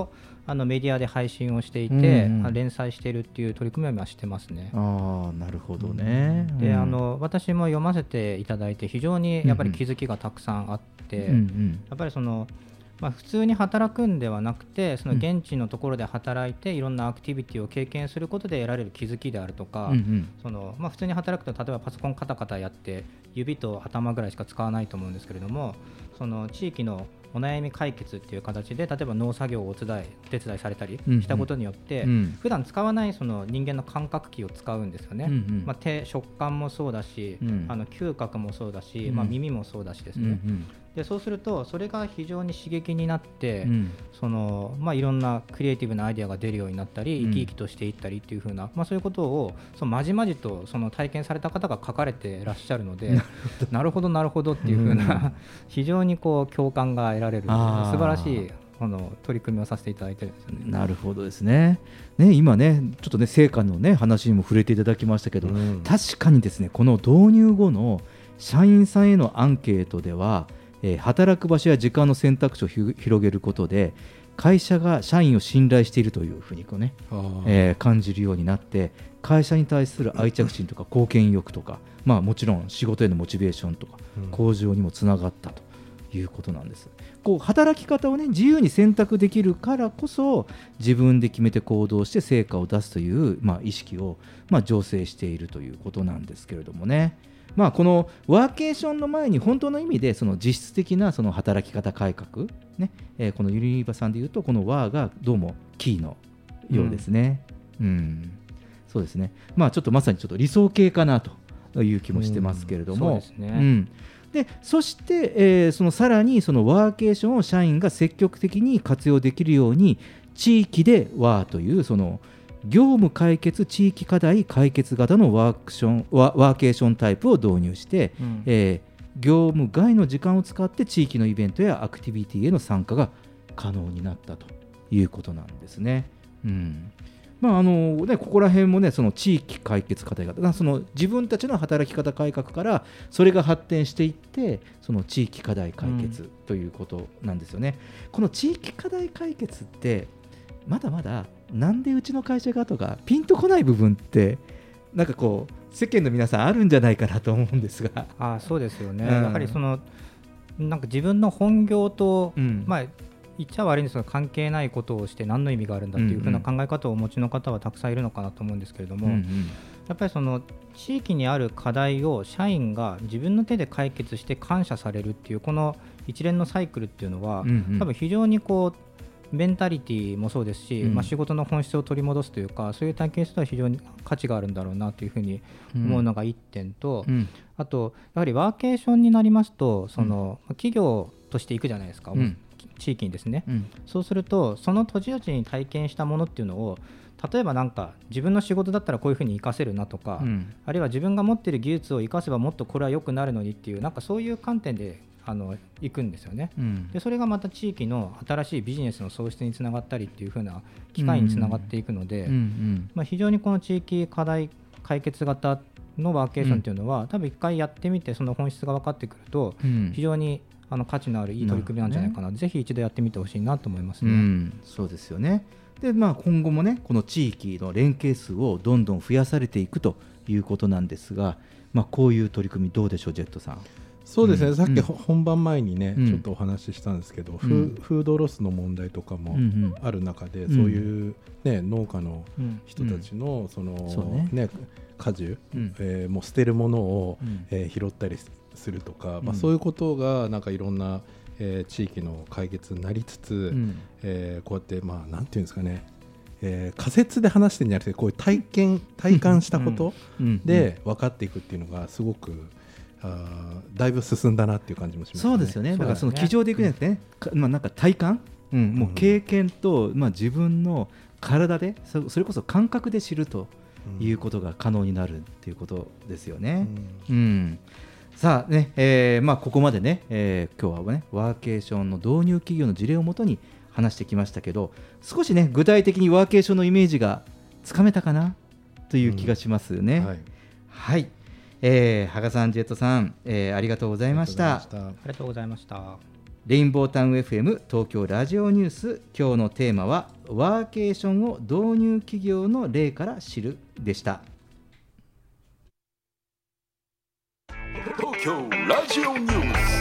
[SPEAKER 10] あのメディアで配信をしていて、
[SPEAKER 7] うんうん、
[SPEAKER 10] 連載しているっていう取り組みは今してますね。
[SPEAKER 7] ああ、なるほどね。
[SPEAKER 10] で、
[SPEAKER 7] うん、
[SPEAKER 10] あの私も読ませていただいて非常にやっぱり気づきがたくさんあって、うんうん、やっぱりその、まあ、普通に働くんではなくて、その現地のところで働いていろんなアクティビティを経験することで得られる気づきであるとか、うんうん、そのまあ、普通に働くと例えばパソコンカタカタやって指と頭ぐらいしか使わないと思うんですけれども、その地域のお悩み解決っていう形で例えば農作業をお手伝い、お手伝いされたりしたことによって、うんうん、普段使わないその人間の感覚器を使うんですよね、うんうん、まあ、手、食感もそうだし、うん、あの嗅覚もそうだし、うん、まあ、耳もそうだしですね、うんうん、でそうするとそれが非常に刺激になって、うん、そのまあ、いろんなクリエイティブなアイデアが出るようになったり、うん、生き生きとしていったりっていう風な、まあ、そういうことをそのまじまじとその体験された方が書かれてらっしゃるのでなるほどなるほどっていう風な、うん、非常にこう共感が得られる素晴らしいこの取り組みをさせていただいてるんですよね。
[SPEAKER 7] なるほどですね。ね、今ねちょっとね成果のね話にも触れていただきましたけど、うん、確かにですねこの導入後の社員さんへのアンケートでは、えー、働く場所や時間の選択肢をひ広げることで会社が社員を信頼しているというふうにこう、ねえー、感じるようになって会社に対する愛着心とか貢献意欲とか、まあ、もちろん仕事へのモチベーションとか向上にもつながったということなんです。こう働き方を、ね、自由に選択できるからこそ自分で決めて行動して成果を出すという、まあ、意識を、まあ、醸成しているということなんですけれどもね、まあ、このワーケーションの前に本当の意味でその実質的なその働き方改革、ねえー、このユニバさんでいうとこのワーがどうもキーのようですね、うんうん、そうですね、まあ、ちょっとまさにちょっと理想形かなという気もしてますけれども、
[SPEAKER 10] うん、そうですね、
[SPEAKER 7] うん、でそして、えー、そのさらにそのワーケーションを社員が積極的に活用できるように地域でワーというその業務解決地域課題解決型のワークションワーケーションタイプを導入して、うん、えー、業務外の時間を使って地域のイベントやアクティビティへの参加が可能になったということなんですね。うん、まああのね、ここら辺もねその地域解決課題型その自分たちの働き方改革からそれが発展していってその地域課題解決ということなんですよね、うん、この地域課題解決ってまだまだなんでうちの会社がとかピンとこない部分ってなんかこう世間の皆さんあるんじゃないかなと思うんですが。
[SPEAKER 10] あ、そうですよね、うん、やはりそのなんか自分の本業と、うん、まあ言っちゃ悪いんですが関係ないことをして何の意味があるんだっていう風な考え方をお持ちの方はたくさんいるのかなと思うんですけれども、うんうん、やっぱりその地域にある課題を社員が自分の手で解決して感謝されるっていうこの一連のサイクルっていうのは、うんうん、多分非常にこうメンタリティもそうですし、うん、まあ、仕事の本質を取り戻すというかそういう体験としては非常に価値があるんだろうなというふうに思うのがいってんと、うん、あとやはりワーケーションになりますとその、うん、企業として行くじゃないですか、うん、地域にですね、うん、そうするとその土地土地に体験したものっていうのを例えばなんか自分の仕事だったらこういうふうに活かせるなとか、うん、あるいは自分が持っている技術を活かせばもっとこれは良くなるのにっていうなんかそういう観点であの行くんですよね、うん、でそれがまた地域の新しいビジネスの創出につながったりっていう風な機会につながっていくので、うんうん、まあ、非常にこの地域課題解決型のワーケーションっていうのは、うん、多分一回やってみてその本質が分かってくると、うん、非常にあの価値のあるいい取り組みなんじゃないかな、ね、ぜひ一度やってみてほしいなと思いますね、うん、
[SPEAKER 7] そうですよね。で、まあ、今後もねこの地域の連携数をどんどん増やされていくということなんですが、まあ、こういう取り組みどうでしょうジェットさん。
[SPEAKER 8] そうですね、うん、さっき本番前にね、うん、ちょっとお話ししたんですけど、うん、フ, フードロスの問題とかもある中で、うん、そういう、ね、農家の人たちの、その、ねね、果樹、うん、えー、もう捨てるものを、うん、えー、拾ったりするとか、うん、まあ、そういうことがなんかいろんな、えー、地域の解決になりつつ、うん、えー、こうやって、まあ、なんていうんですかね、えー、仮説で話してるんじゃなくてこういう体験体感したことで分かっていくっていうのがすごくあだいぶ進んだなっていう感じもしますね。
[SPEAKER 7] そうですよね。だからその机上でいくんじゃなくてね、うん、まあ、なんか体感、うん、もう経験と、まあ、自分の体で そ, それこそ感覚で知るということが可能になるっていうことですよね、うんうん、さあね、えーまあ、ここまでね、えー、今日はねワーケーションの導入企業の事例をもとに話してきましたけど、少しね具体的にワーケーションのイメージがつかめたかなという気がしますよね、うん、はい、はい、えー、羽賀さん、ジェットさん、えー、ありがとうございました。
[SPEAKER 10] ありがとうございました。
[SPEAKER 7] レインボータウン エフエム 東京ラジオニュース、今日のテーマはワーケーションを導入企業の例から知るでした。
[SPEAKER 12] 東京ラジオニュース。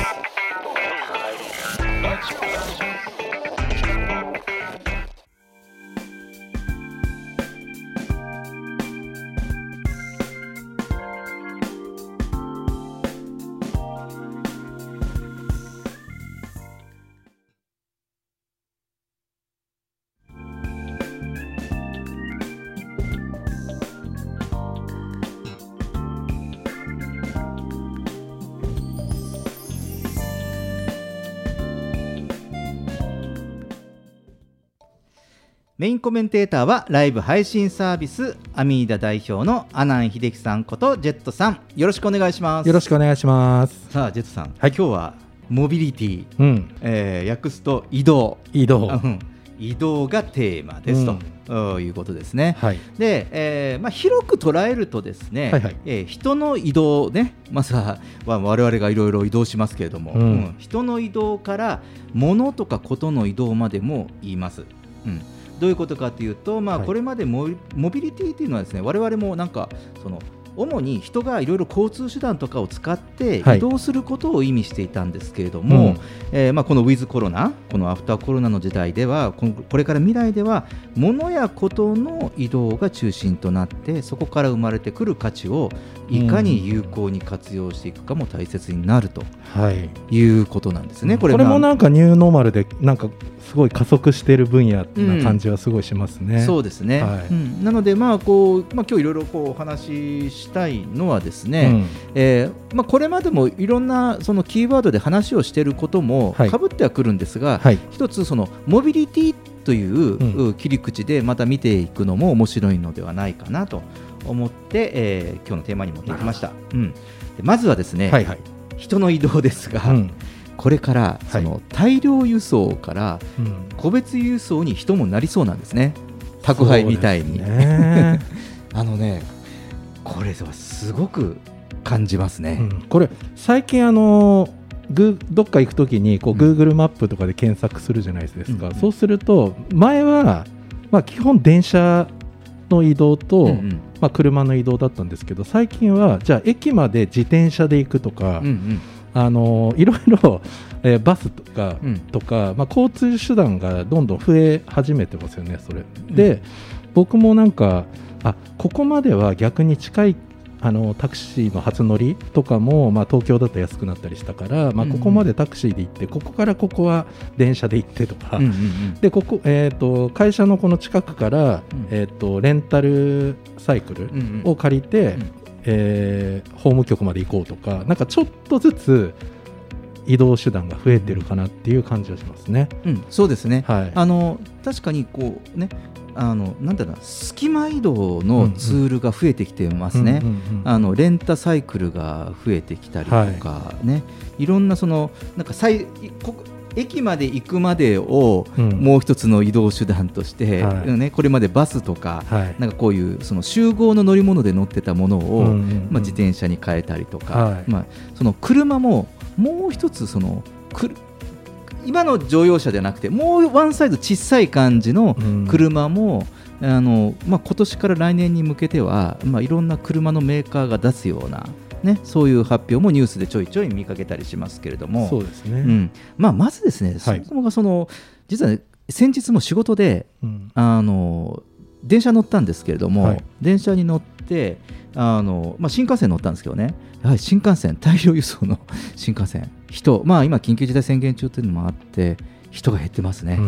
[SPEAKER 7] メインコメンテーターはライブ配信サービスアミーダ代表の阿南秀樹さんことジェットさん、よろしくお願いします。
[SPEAKER 8] よろしくお願いします。
[SPEAKER 7] さあジェットさん、はい、今日はモビリティ、
[SPEAKER 8] うん
[SPEAKER 7] えー、訳すと移動
[SPEAKER 8] 移動、
[SPEAKER 7] うん、移動がテーマです、うん、ということですね、はい、で、えーまあ、広く捉えるとですね、はいはい、えー、人の移動ね、まずは我々がいろいろ移動しますけれども、うんうん、人の移動から物とかことの移動までも言います、うん、どういうことかというと、まあ、これまで モ, モビリティというのはですね、我々もなんかその主に人がいろいろ交通手段とかを使って移動することを意味していたんですけれども、はい、うん、えーまあ、このウィズコロナ、このアフターコロナの時代では、これから未来では物やことの移動が中心となって、そこから生まれてくる価値をいかに有効に活用していくかも大切になるということなんですね、うん、これ、
[SPEAKER 8] これもなんかニューノーマルでなんかすごい加速している分野な感じはすごいしますね、
[SPEAKER 7] うん、そうですね、はい、うん、なのでまあこう、まあ、今日いろいろこうお話ししたいのはですね、うん、えーまあ、これまでもいろんなそのキーワードで話をしていることもかぶってはくるんですが、はい、一つそのモビリティという切り口でまた見ていくのも面白いのではないかなと思って、えー、今日のテーマに持ってきました、うん、でまずはですね、はいはい、人の移動ですが、うん、これからその大量輸送から個別輸送に人もなりそうなんですね、宅配みたいに、ね、あのね、これはすごく感じますね、うん、
[SPEAKER 8] これ最近あのグどっか行くときにこう Google マップとかで検索するじゃないですか、うん、そうすると前はまあ基本電車の移動と、うんうん、まあ、車の移動だったんですけど、最近はじゃあ駅まで自転車で行くとか、うんうん、あのいろいろ、えー、バスとか、うん、とか、まあ、交通手段がどんどん増え始めてますよね、それで、うん、僕もなんかあここまでは逆に近いあのタクシーの初乗りとかも、まあ、東京だと安くなったりしたから、まあ、ここまでタクシーで行って、うん、ここからここは電車で行ってとか、うんうんうん、でここ、えー、と会社のこの近くから、うん、えー、とレンタルサイクルを借りて、うんうん、えー、法務局まで行こうとか、なんかちょっとずつ移動手段が増えてるかなっていう感じがしますね、
[SPEAKER 7] うん、そうですね、はい、あの確かにこうね、あのなんだろうな、隙間移動のツールが増えてきてますね、うんうん、あのレンタサイクルが増えてきたりとかね、はい、いろんなそのなんかこ駅まで行くまでをもう一つの移動手段として、うん、ね、これまでバスとか、はい、なんかこういうその集合の乗り物で乗ってたものを、うんうんうん、まあ、自転車に変えたりとか、はい、まあ、その車ももう一つそのく今の乗用車じゃなくてもうワンサイズ小さい感じの車も、うん、あのまあ、今年から来年に向けては、まあ、いろんな車のメーカーが出すような、ね、そういう発表もニュースでちょいちょい見かけたりしますけれども、
[SPEAKER 8] そうですね、
[SPEAKER 7] うん、まあ、まずですね、はい、そもそもがその実は、ね、先日も仕事で、うん、あの電車乗ったんですけれども、はい、電車に乗ってあの、まあ、新幹線乗ったんですけどね、やはり新幹線、大量輸送の新幹線、人、まあ、今緊急事態宣言中というのもあって人が減ってますね、うん、うん、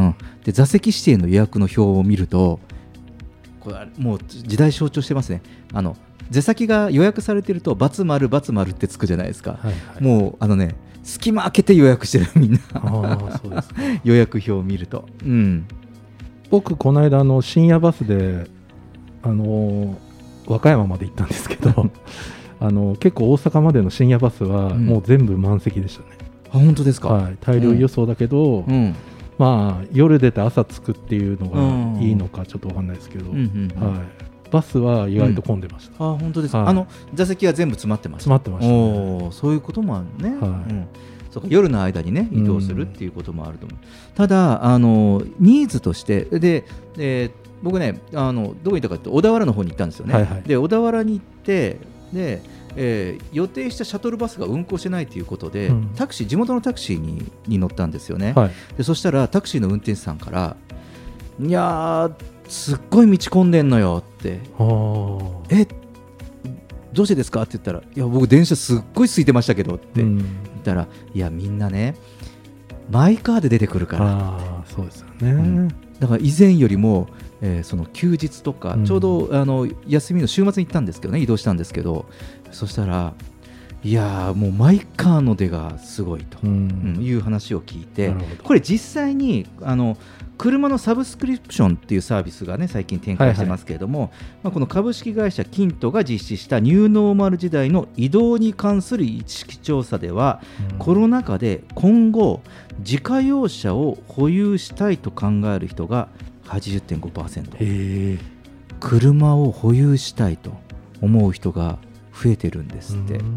[SPEAKER 7] で座席指定の予約の表を見るとこれもう時代象徴してますね。あの座席が予約されているとバツ丸バツ丸ってつくじゃないですか、はいはい、もうあのね、隙間開けて予約してるみんなあそうですか予約表を見ると、うん、
[SPEAKER 8] 僕この間あの深夜バスであの和歌山まで行ったんですけどあの結構大阪までの深夜バスはもう全部満席でしたね、
[SPEAKER 7] うん、あ本当ですか、
[SPEAKER 8] はい、大量輸送だけど、うん、まあ、夜出て朝着くっていうのがいいのかちょっと分かんないですけど、うんうんうん、はい、バスは意外と混んでました、
[SPEAKER 7] うん、あ本当ですか、はい、あの座席は全部詰まってました。
[SPEAKER 8] 詰まってました、ね、
[SPEAKER 7] おそういうこともあるね、はい、うん、 そうか夜の間にね移動するっていうこともあると思う、うん、ただあのニーズとしてで、で僕ねあのどこにいたかって小田原の方に行ったんですよね、はいはい、で小田原に行ってで、えー、予定したシャトルバスが運行してないということで、うん、タクシー地元のタクシー に, に乗ったんですよね、はい、でそしたらタクシーの運転手さんからいやーすっごい道混んでんのよってえどうしてですかって言ったらいや僕電車すっごい空いてましたけどって言ったら、うん、いやみんなねマイカーで出てくるから
[SPEAKER 8] あそうですよね、
[SPEAKER 7] うん、だから以前よりも、えー、その休日とか、うん、ちょうどあの休みの週末に行ったんですけどね移動したんですけどそしたらいやもうマイカーの出がすごいと、うんうん、いう話を聞いてこれ実際にあの車のサブスクリプションっていうサービスがね最近展開してますけれども、はいはいまあ、この株式会社キントが実施したニューノーマル時代の移動に関する意識調査では、うん、コロナ禍で今後自家用車を保有したいと考える人が はちじゅってんごパーセント へ車を保有したいと思う人が増えてるんですって。うん、うん、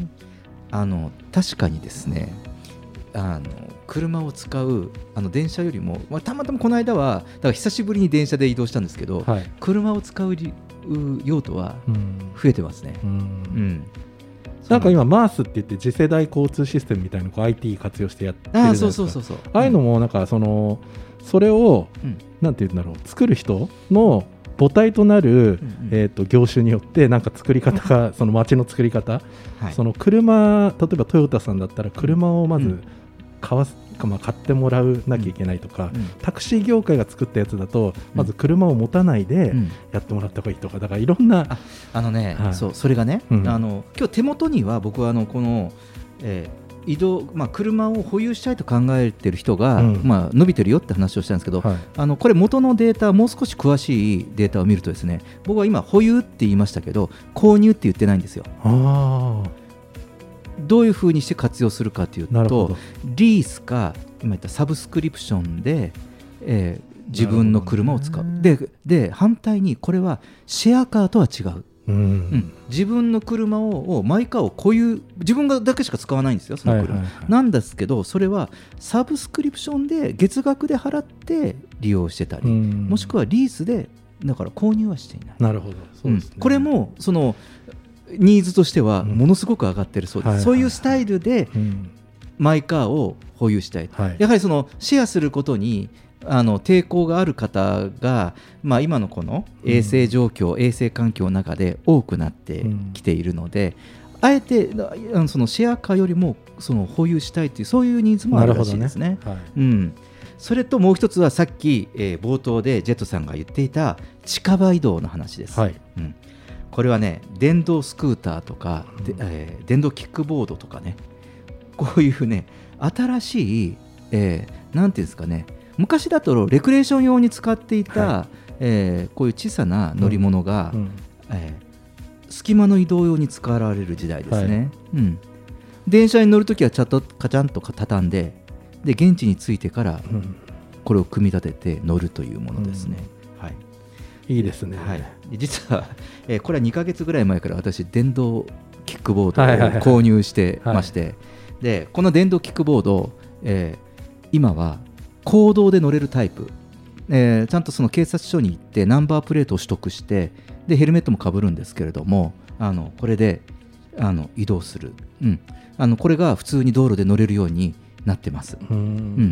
[SPEAKER 7] あの確かにですねあの車を使うあの電車よりも、まあ、たまたまこの間はだから久しぶりに電車で移動したんですけど、はい、車を使う用途は増えてますね、うんうん、
[SPEAKER 8] なんか今マースって言って次世代交通システムみたいなのを アイティー 活用してやってるじゃないですか。あ、そうそうそうそう、ああいうのもなんかそのそれを、うん、なんていうんだろう作る人の母体となる、うんうんえー、と業種によってなんか作り方がその街の作り方、はい、その車例えばトヨタさんだったら車をまず買わす、うんまあ、買ってもらうなきゃいけないとか、うん、タクシー業界が作ったやつだとまず車を持たないでやってもらった方がいいとかだからいろんな
[SPEAKER 7] あ, あのね、はい、そうそれがね、うん、あの今日手元には僕はあのこの、えー移動まあ、車を保有したいと考えている人が、うんまあ、伸びてるよって話をしたんですけど、はい、あのこれ元のデータもう少し詳しいデータを見るとですね僕は今保有って言いましたけど購入って言ってないんですよ。あどういうふうにして活用するかというとリースか今言ったサブスクリプションで、えー、自分の車を使う で, で反対にこれはシェアカーとは違ううんうん、自分の車 を, をマイカーを固有自分がだけしか使わないんですよその車、はいはいはい、なんですけどそれはサブスクリプションで月額で払って利用してたりもしくはリースでだから購入はしていない。
[SPEAKER 8] なるほどそうですね、
[SPEAKER 7] うん、これもそのニーズとしてはものすごく上がってるそうです、うんはいはい、そういうスタイルでマイカーを保有したい、はい、やはりそのシェアすることにあの抵抗がある方が、まあ、今のこの衛生状況、うん、衛生環境の中で多くなってきているので、うん、あえてそのシェアカーよりもその保有したいというそういうニーズもあるらしいですね。はいうん、それともう一つはさっき、えー、冒頭でジェットさんが言っていた近場移動の話です。はいうん、これはね電動スクーターとか、うんでえー、電動キックボードとかねこういうね新しい、えー、なんていうんですかね昔だとレクレーション用に使っていた、はいえー、こういう小さな乗り物が、うんうんえー、隙間の移動用に使われる時代ですね、はいうん、電車に乗るときはちゃんとカチャンと畳んで、で現地に着いてからこれを組み立てて乗るというものですね、うんはい、
[SPEAKER 8] いいですね、
[SPEAKER 7] はい、実は、えー、これはにかげつぐらい前から私電動キックボードを購入してまして、はいはいはい、でこの電動キックボード、えー、今は公道で乗れるタイプ、えー、ちゃんとその警察署に行ってナンバープレートを取得してでヘルメットもかぶるんですけれどもあのこれであの移動する、うん、あのこれが普通に道路で乗れるようになってます。うんうん、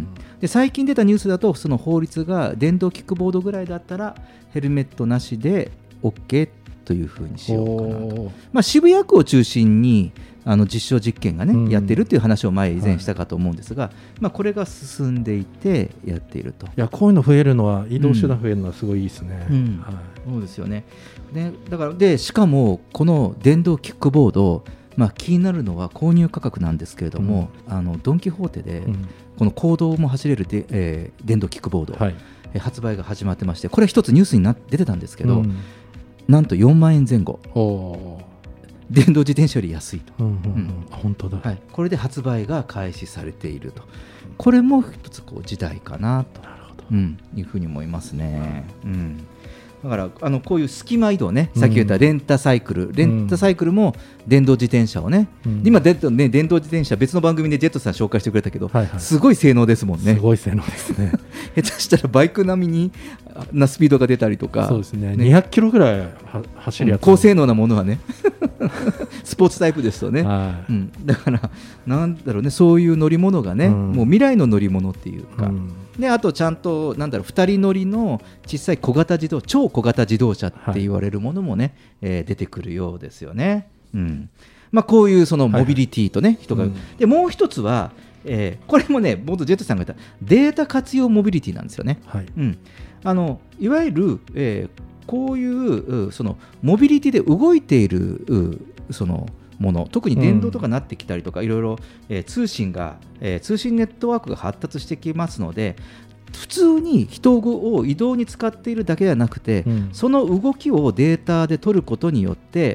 [SPEAKER 7] で最近出たニュースだとその法律が電動キックボードぐらいだったらヘルメットなしで OK というふうにしようかなと、まあ、渋谷区を中心にあの実証実験がね、うん、やっているという話を前以前したかと思うんですが、はいまあ、これが進んでいてやっていると。い
[SPEAKER 8] やこういうの増えるのは移動手段増えるのはすごいいいですね、
[SPEAKER 7] うんうんはい、そうですよね。でだからでしかもこの電動キックボード、まあ、気になるのは購入価格なんですけれども、うん、あのドン・キホーテで、うん、この公道も走れるで、えー、電動キックボード、はいえー、発売が始まってましてこれ一つニュースにな出てたんですけど、うん、なんとよんまんえんぜん後電動自転車より安いと、うんうんうんうん、
[SPEAKER 8] 本当だ、
[SPEAKER 7] はい、これで発売が開始されているとこれも一つこう時代かなと、なるほど、うん、いうふうに思いますね、うん、 だからあのこういう隙間移動ね、さっき言ったレンタサイクル、レンタサイクルも電動自転車をね、うん、今で、ね、電動自転車別の番組でジェットさん紹介してくれたけど、はいはい、すごい性能ですもんね。
[SPEAKER 8] すごい性能ですね
[SPEAKER 7] 下手したらバイク並みになスピードが出たりとか、
[SPEAKER 8] そうですね、ね、にひゃくキロぐらい走るやつ、
[SPEAKER 7] 高性能なものはねスポーツタイプですとね、はいうん、だからなんだろうね、そういう乗り物がね、うん、もう未来の乗り物っていうか、うんであとちゃんとなんだろうふたり乗りの小さい小型自動超小型自動車って言われるものもね、はいえー、出てくるようですよね、うんまあ、こういうそのモビリティとね、はいはい、人が、うん、でもう一つは、えー、これもね元ジェットさんが言ったデータ活用モビリティなんですよね、はいうん、あのいわゆる、えー、こういうそのモビリティで動いているそのもの特に電動とかなってきたりとか、うん、いろいろ、えー、通信が、えー、通信ネットワークが発達してきますので普通に人を移動に使っているだけではなくて、うん、その動きをデータで取ることによって、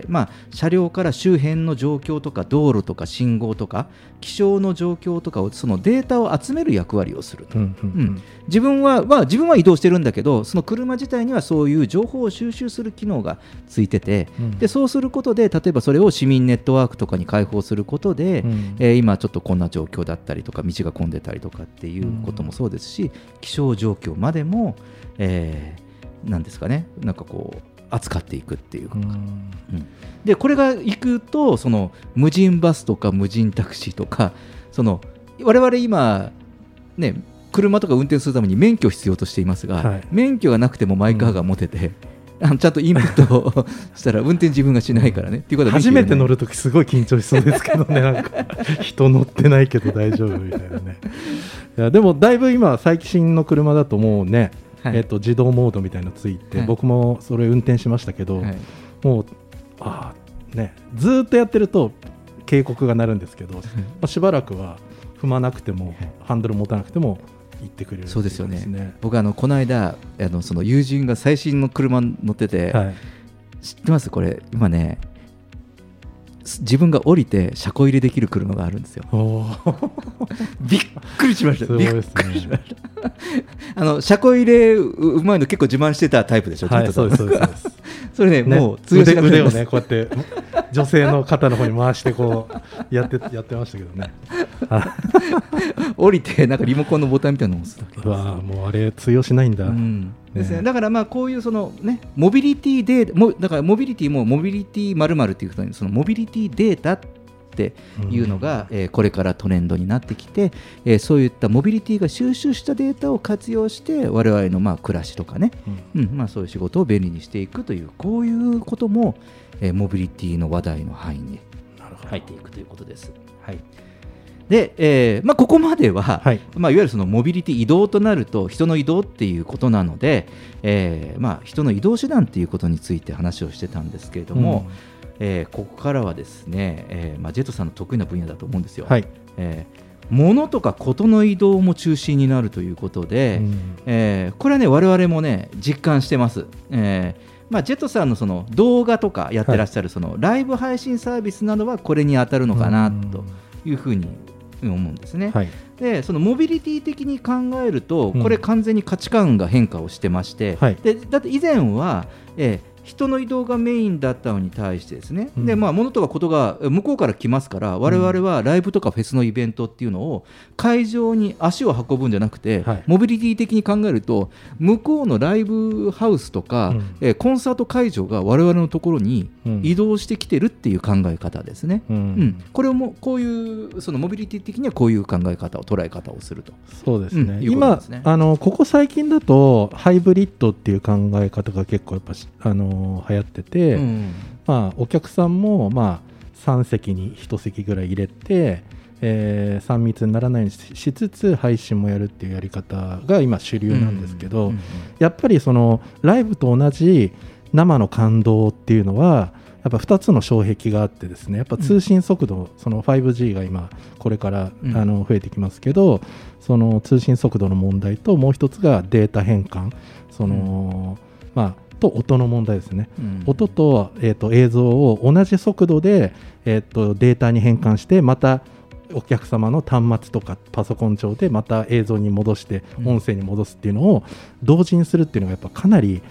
[SPEAKER 7] まあ、車両から周辺の状況とか道路とか信号とか気象の状況とかをそのデータを集める役割をすると、うんうんうん、自分は、まあ、自分は移動してるんだけどその車自体にはそういう情報を収集する機能がついてて、うん、でそうすることで例えばそれを市民ネットワークとかに開放することで、うんえー、今ちょっとこんな状況だったりとか道が混んでたりとかっていうこともそうですし、うん気象状況までも、えー、なんですかね、なんかこう扱っていくっていうか、うんうん、でこれがいくとその無人バスとか無人タクシーとかその我々今ね車とか運転するために免許を必要としていますが、はい、免許がなくてもマイカーが持てて、うん、あのちゃんとインプットをしたら運転自分がしないからね、うん、っていうことは
[SPEAKER 8] 初めて乗るときすごい緊張しそうですけどねなんか人乗ってないけど大丈夫みたいなねいやでもだいぶ今最新の車だともうね、はいえー、と自動モードみたいなのついて、はい、僕もそれ運転しましたけど、はい、もうあ、ね、ずっとやってると警告が鳴るんですけど、はいまあ、しばらくは踏まなくてもハンドル持たなくても行ってくれる、ね、
[SPEAKER 7] そうですよね。僕あのこの間あのその友人が最新の車乗ってて、はい、知ってますこれ今ね自分が降りて車庫入れできる車があるんですよびっくりしました、ね、びっくりしましたあの車庫入れうまいの結構自慢してたタイプでしょ、
[SPEAKER 8] はい、そうですそうです
[SPEAKER 7] それ ね, ねもう
[SPEAKER 8] 通用しなくなります。腕をねこうやって女性の肩の方に回してこうやってやってましたけどね
[SPEAKER 7] 降りてなんかリモコンのボタンみたいなのを押すだけ。
[SPEAKER 8] うわもうあれ通用しないんだ、
[SPEAKER 7] うんですね、だからまあこういうそのねモビリティデータもだからモビリティもモビリティ〇〇っていうことにそのモビリティデータっていうのが、うんえー、これからトレンドになってきて、えー、そういったモビリティが収集したデータを活用して我々のまあ暮らしとかね、うんうんまあ、そういう仕事を便利にしていくというこういうことも、えー、モビリティの話題の範囲に入っていくということです。はいでえーまあ、ここまでは、はいまあ、いわゆるそのモビリティ移動となると人の移動っていうことなので、えーまあ、人の移動手段っていうことについて話をしてたんですけれども、うんえー、ここからはですね、えーまあ、ジェットさんの得意な分野だと思うんですよ、はいえー、物とかことの移動も中心になるということで、うんえー、これはね我々もね実感してます、えーまあ、ジェットさんのその動画とかやってらっしゃるそのライブ配信サービスなどはこれに当たるのかなというふうに思うんですね、はい、でそのモビリティ的に考えるとこれ完全に価値観が変化をしてまして、うん、でだって以前は、えー人の移動がメインだったのに対してですね、うん、でまあ物とかことが向こうから来ますから我々はライブとかフェスのイベントっていうのを会場に足を運ぶんじゃなくて、はい、モビリティ的に考えると向こうのライブハウスとか、うんえー、コンサート会場が我々のところに移動してきてるっていう考え方ですね、うんうん、これもこういうそのモビリティ的にはこういう考え方を捉え方をすると。
[SPEAKER 8] そうですね、うん、今あのここ最近だとハイブリッドっていう考え方が結構やっぱあの流行ってて、うんまあ、お客さんもまあさん席にいち席ぐらい入れて、えー、さん密にならないようにしつつ配信もやるっていうやり方が今主流なんですけど、うんうんうん、やっぱりそのライブと同じ生の感動っていうのはやっぱふたつの障壁があってですねやっぱ通信速度、うん、その ファイブジー が今これから、うん、あの増えてきますけどその通信速度の問題ともう一つがデータ変換その、うん、まあと音の問題ですね、うん、音と、えーと、映像を同じ速度で、えーと、データに変換してまたお客様の端末とかパソコン上でまた映像に戻して音声に戻すっていうのを同時にするっていうのがやっぱかなり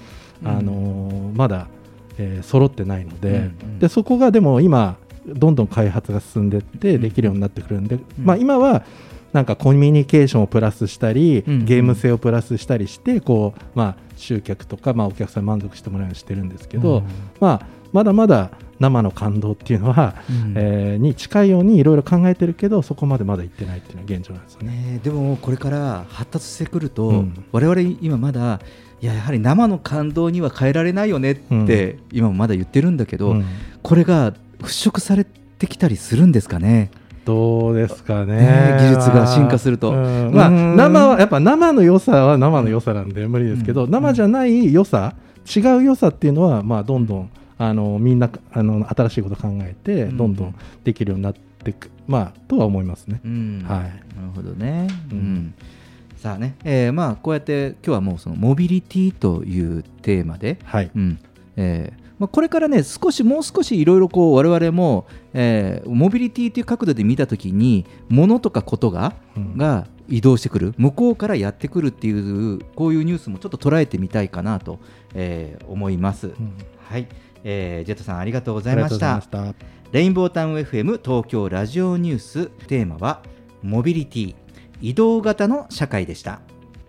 [SPEAKER 8] あのー、まだ、えー、揃ってないので、うんうん、でそこがでも今どんどん開発が進んでいってできるようになってくるんで、うんまあ、今はなんかコミュニケーションをプラスしたり、うんうん、ゲーム性をプラスしたりしてこう、まあ、集客とか、まあ、お客さんに満足してもらうようにしてるんですけど、うんまあ、まだまだ生の感動っていうのは、うんえー、に近いようにいろいろ考えてるけどそこまでまだ行ってないっていうのが現状なんですよ ね,
[SPEAKER 7] ねでもこれから発達してくると、うん、我々今まだいや、やはり生の感動には変えられないよねって今もまだ言ってるんだけど、うん、これが払拭されてきたりするんですかね。
[SPEAKER 8] どうですか ね,
[SPEAKER 7] ね技術が進化すると、
[SPEAKER 8] うんまあ、生はやっぱ生の良さは生の良さなんで無理ですけど、うん、生じゃない良さ違う良さっていうのはまあどんどんあのみんなあの新しいことを考えてどんどんできるようになっていく、まあ、とは思いますね、
[SPEAKER 7] うん
[SPEAKER 8] はい、
[SPEAKER 7] なるほどね、うんうん、さあね、えーまあ、こうやって今日はもうそのモビリティというテーマで、
[SPEAKER 8] はい
[SPEAKER 7] うんえーまあ、これからね少しもう少しいろいろこう我々も、えー、モビリティという角度で見たときに物とかことが、うん、が移動してくる向こうからやってくるっていうこういうニュースもちょっと捉えてみたいかなと、えー、思います、うん、はい、えー、ジェットさんありがとうございました。レインボータウン エフエム 東京ラジオニューステーマはモビリティ移動型の社会でした。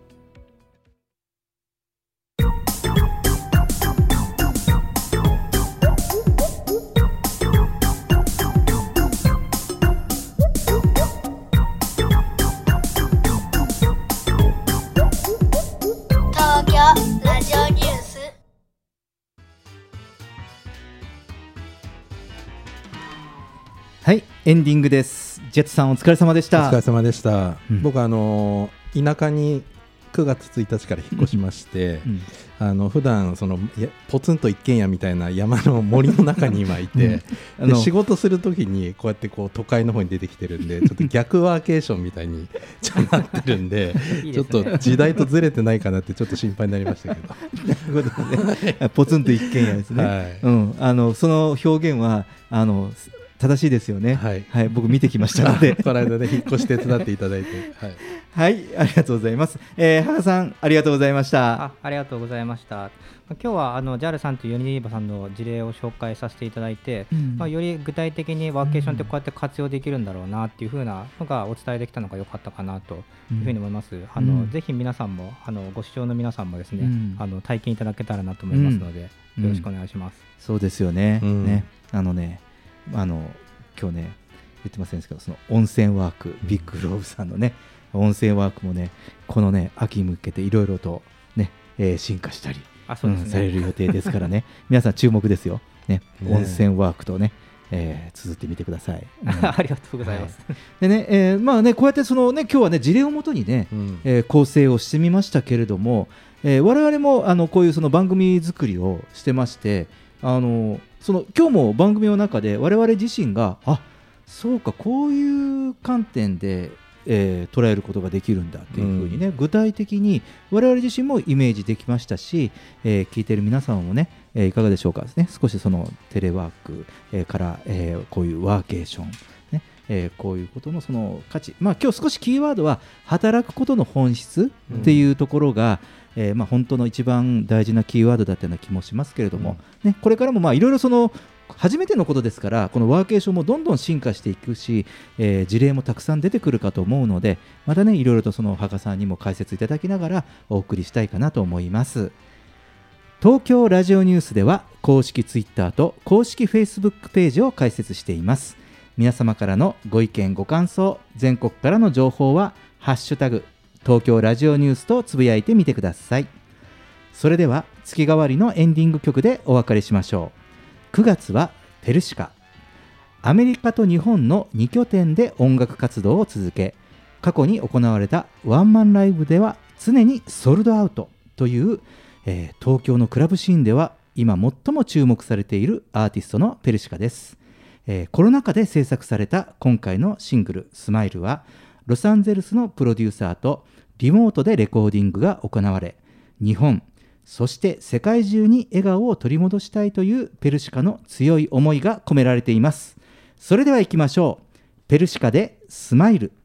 [SPEAKER 7] はい、エンディングです。ジェットさんお疲れ様でした。
[SPEAKER 8] お疲れ様でした、うん、僕あの田舎にくがつついたちから引っ越しまして、うん、あの普段そのポツンと一軒家みたいな山の森の中に今いて、うん、で仕事するときにこうやってこう都会の方に出てきてるんでちょっと逆ワーケーションみたいになってるんでいいですね、ちょっと時代とずれてないかなってちょっと心配になりましたけど
[SPEAKER 7] なるほどねポツンと一軒家ですね、はいうん、あのその表現はあの正しいですよね、
[SPEAKER 8] はい
[SPEAKER 7] はい、僕見てきましたので
[SPEAKER 8] この間ね引っ越し手伝っていただいてはい、
[SPEAKER 7] はい、ありがとうございます、えー、原さんありがとうございました。
[SPEAKER 10] あ, ありがとうございました。今日はあの ジャル さんとユニリーバさんの事例を紹介させていただいて、うんまあ、より具体的にワーケーションってこうやって活用できるんだろうなっていう風なのがお伝えできたのが良かったかなというふうに思います、うん、あの、うん、ぜひ皆さんもあのご視聴の皆さんもですね、うん、あの体験いただけたらなと思いますので、うん、よろしくお願いします、
[SPEAKER 7] うん、そうですよね、うん、ねあのねあの今日ね言ってませんでしたけどその温泉ワークビッグローブさんのね温泉ワークもねこのね秋に向けていろいろとね、えー、進化したり
[SPEAKER 10] あそうですね、
[SPEAKER 7] うん、される予定ですからね皆さん注目ですよ、ねね、温泉ワークとね、えー、綴ってみてください、
[SPEAKER 10] うん、ありがとうございます、
[SPEAKER 7] はい、でね、えー、まあねこうやってそのね今日はね事例をもとにね、うんえー、構成をしてみましたけれども、えー、我々もあのこういうその番組作りをしてましてあのその今日も番組の中で我々自身があそうかこういう観点で、えー、捉えることができるんだっていうふうにね、うん、具体的に我々自身もイメージできましたし、えー、聞いている皆さんもね、えー、いかがでしょうかですね少しそのテレワーク、えー、から、えー、こういうワーケーション、ねえー、こういうことのその価値、まあ、今日少しキーワードは働くことの本質っていうところが、うんえーまあ、本当の一番大事なキーワードだったような気もしますけれども、うんね、これからもいろいろその初めてのことですからこのワーケーションもどんどん進化していくし、えー、事例もたくさん出てくるかと思うのでまたねいろいろとその羽賀さんにも解説いただきながらお送りしたいかなと思います。東京ラジオニュースでは公式ツイッターと公式フェイスブックページを開設しています。皆様からのご意見ご感想全国からの情報はハッシュタグ東京ラジオニュースとつぶやいてみてください。それでは月替わりのエンディング曲でお別れしましょう。くがつはペルシカ。アメリカと日本のに拠点で音楽活動を続け過去に行われたワンマンライブでは常にソールドアウトという、えー、東京のクラブシーンでは今最も注目されているアーティストのペルシカです、えー、コロナ禍で制作された今回のシングルスマイルはロサンゼルスのプロデューサーとリモートでレコーディングが行われ日本そして世界中に笑顔を取り戻したいというペルシカの強い思いが込められています。それでは行きましょう。ペルシカでスマイル。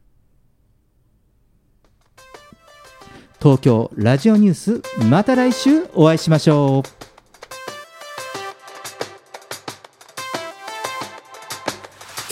[SPEAKER 7] 東京ラジオニュースまた来週お会いしましょう。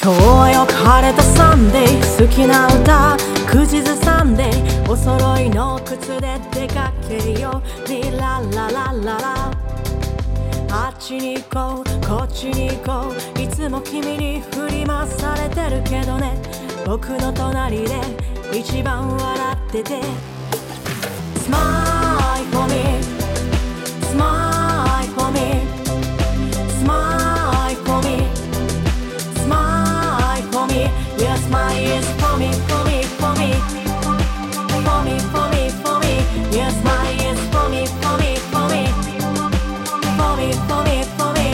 [SPEAKER 11] 遠い晴れたサンデー、好きな歌口ずさんで、お揃いの靴で出かけよう。リラララララ、あっちに行こうこっちに行こう、いつも君に振り回されてるけどね、僕の隣で一番笑ってて。 Smile for me, smile for me, smile for me, smile for me. Your smile is for me, for me, for me, for me, for me, for me. Your smile is for me, for me, for me, for me, for me, for me.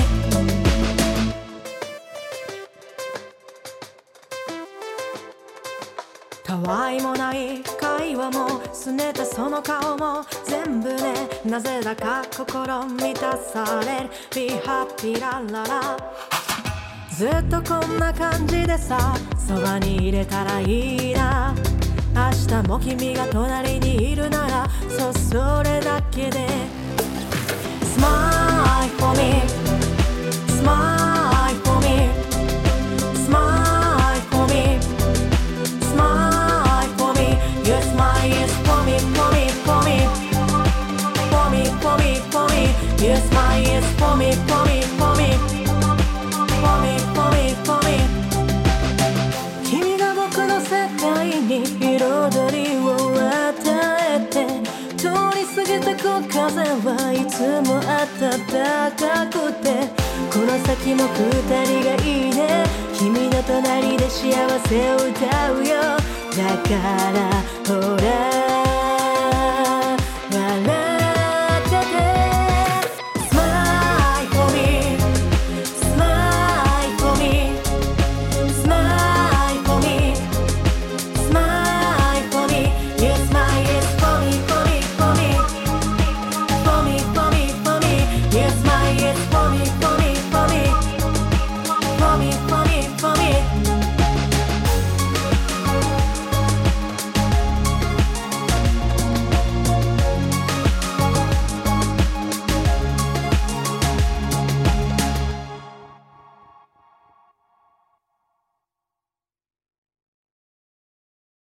[SPEAKER 11] たわいもない会話も拗ねたその顔も全部ね、なぜだか心満たされる。 Be happy ラララ、ずっとこんな感じでさ、そばに入れたらいいな。明日も君が隣にいるなら、そう、それだけで。 Smile for me, smile for me, smile for me, smile for me. Your smile is for me, for me, for me, for me, for me, for me. Your smile is for me, for me, for me, for me, for me, for me. 君が僕の世界に彩りを与えて、通り過ぎてく風はいつも暖かくて、この先も二人がいいね。君の隣で幸せを歌うよ。だからほら笑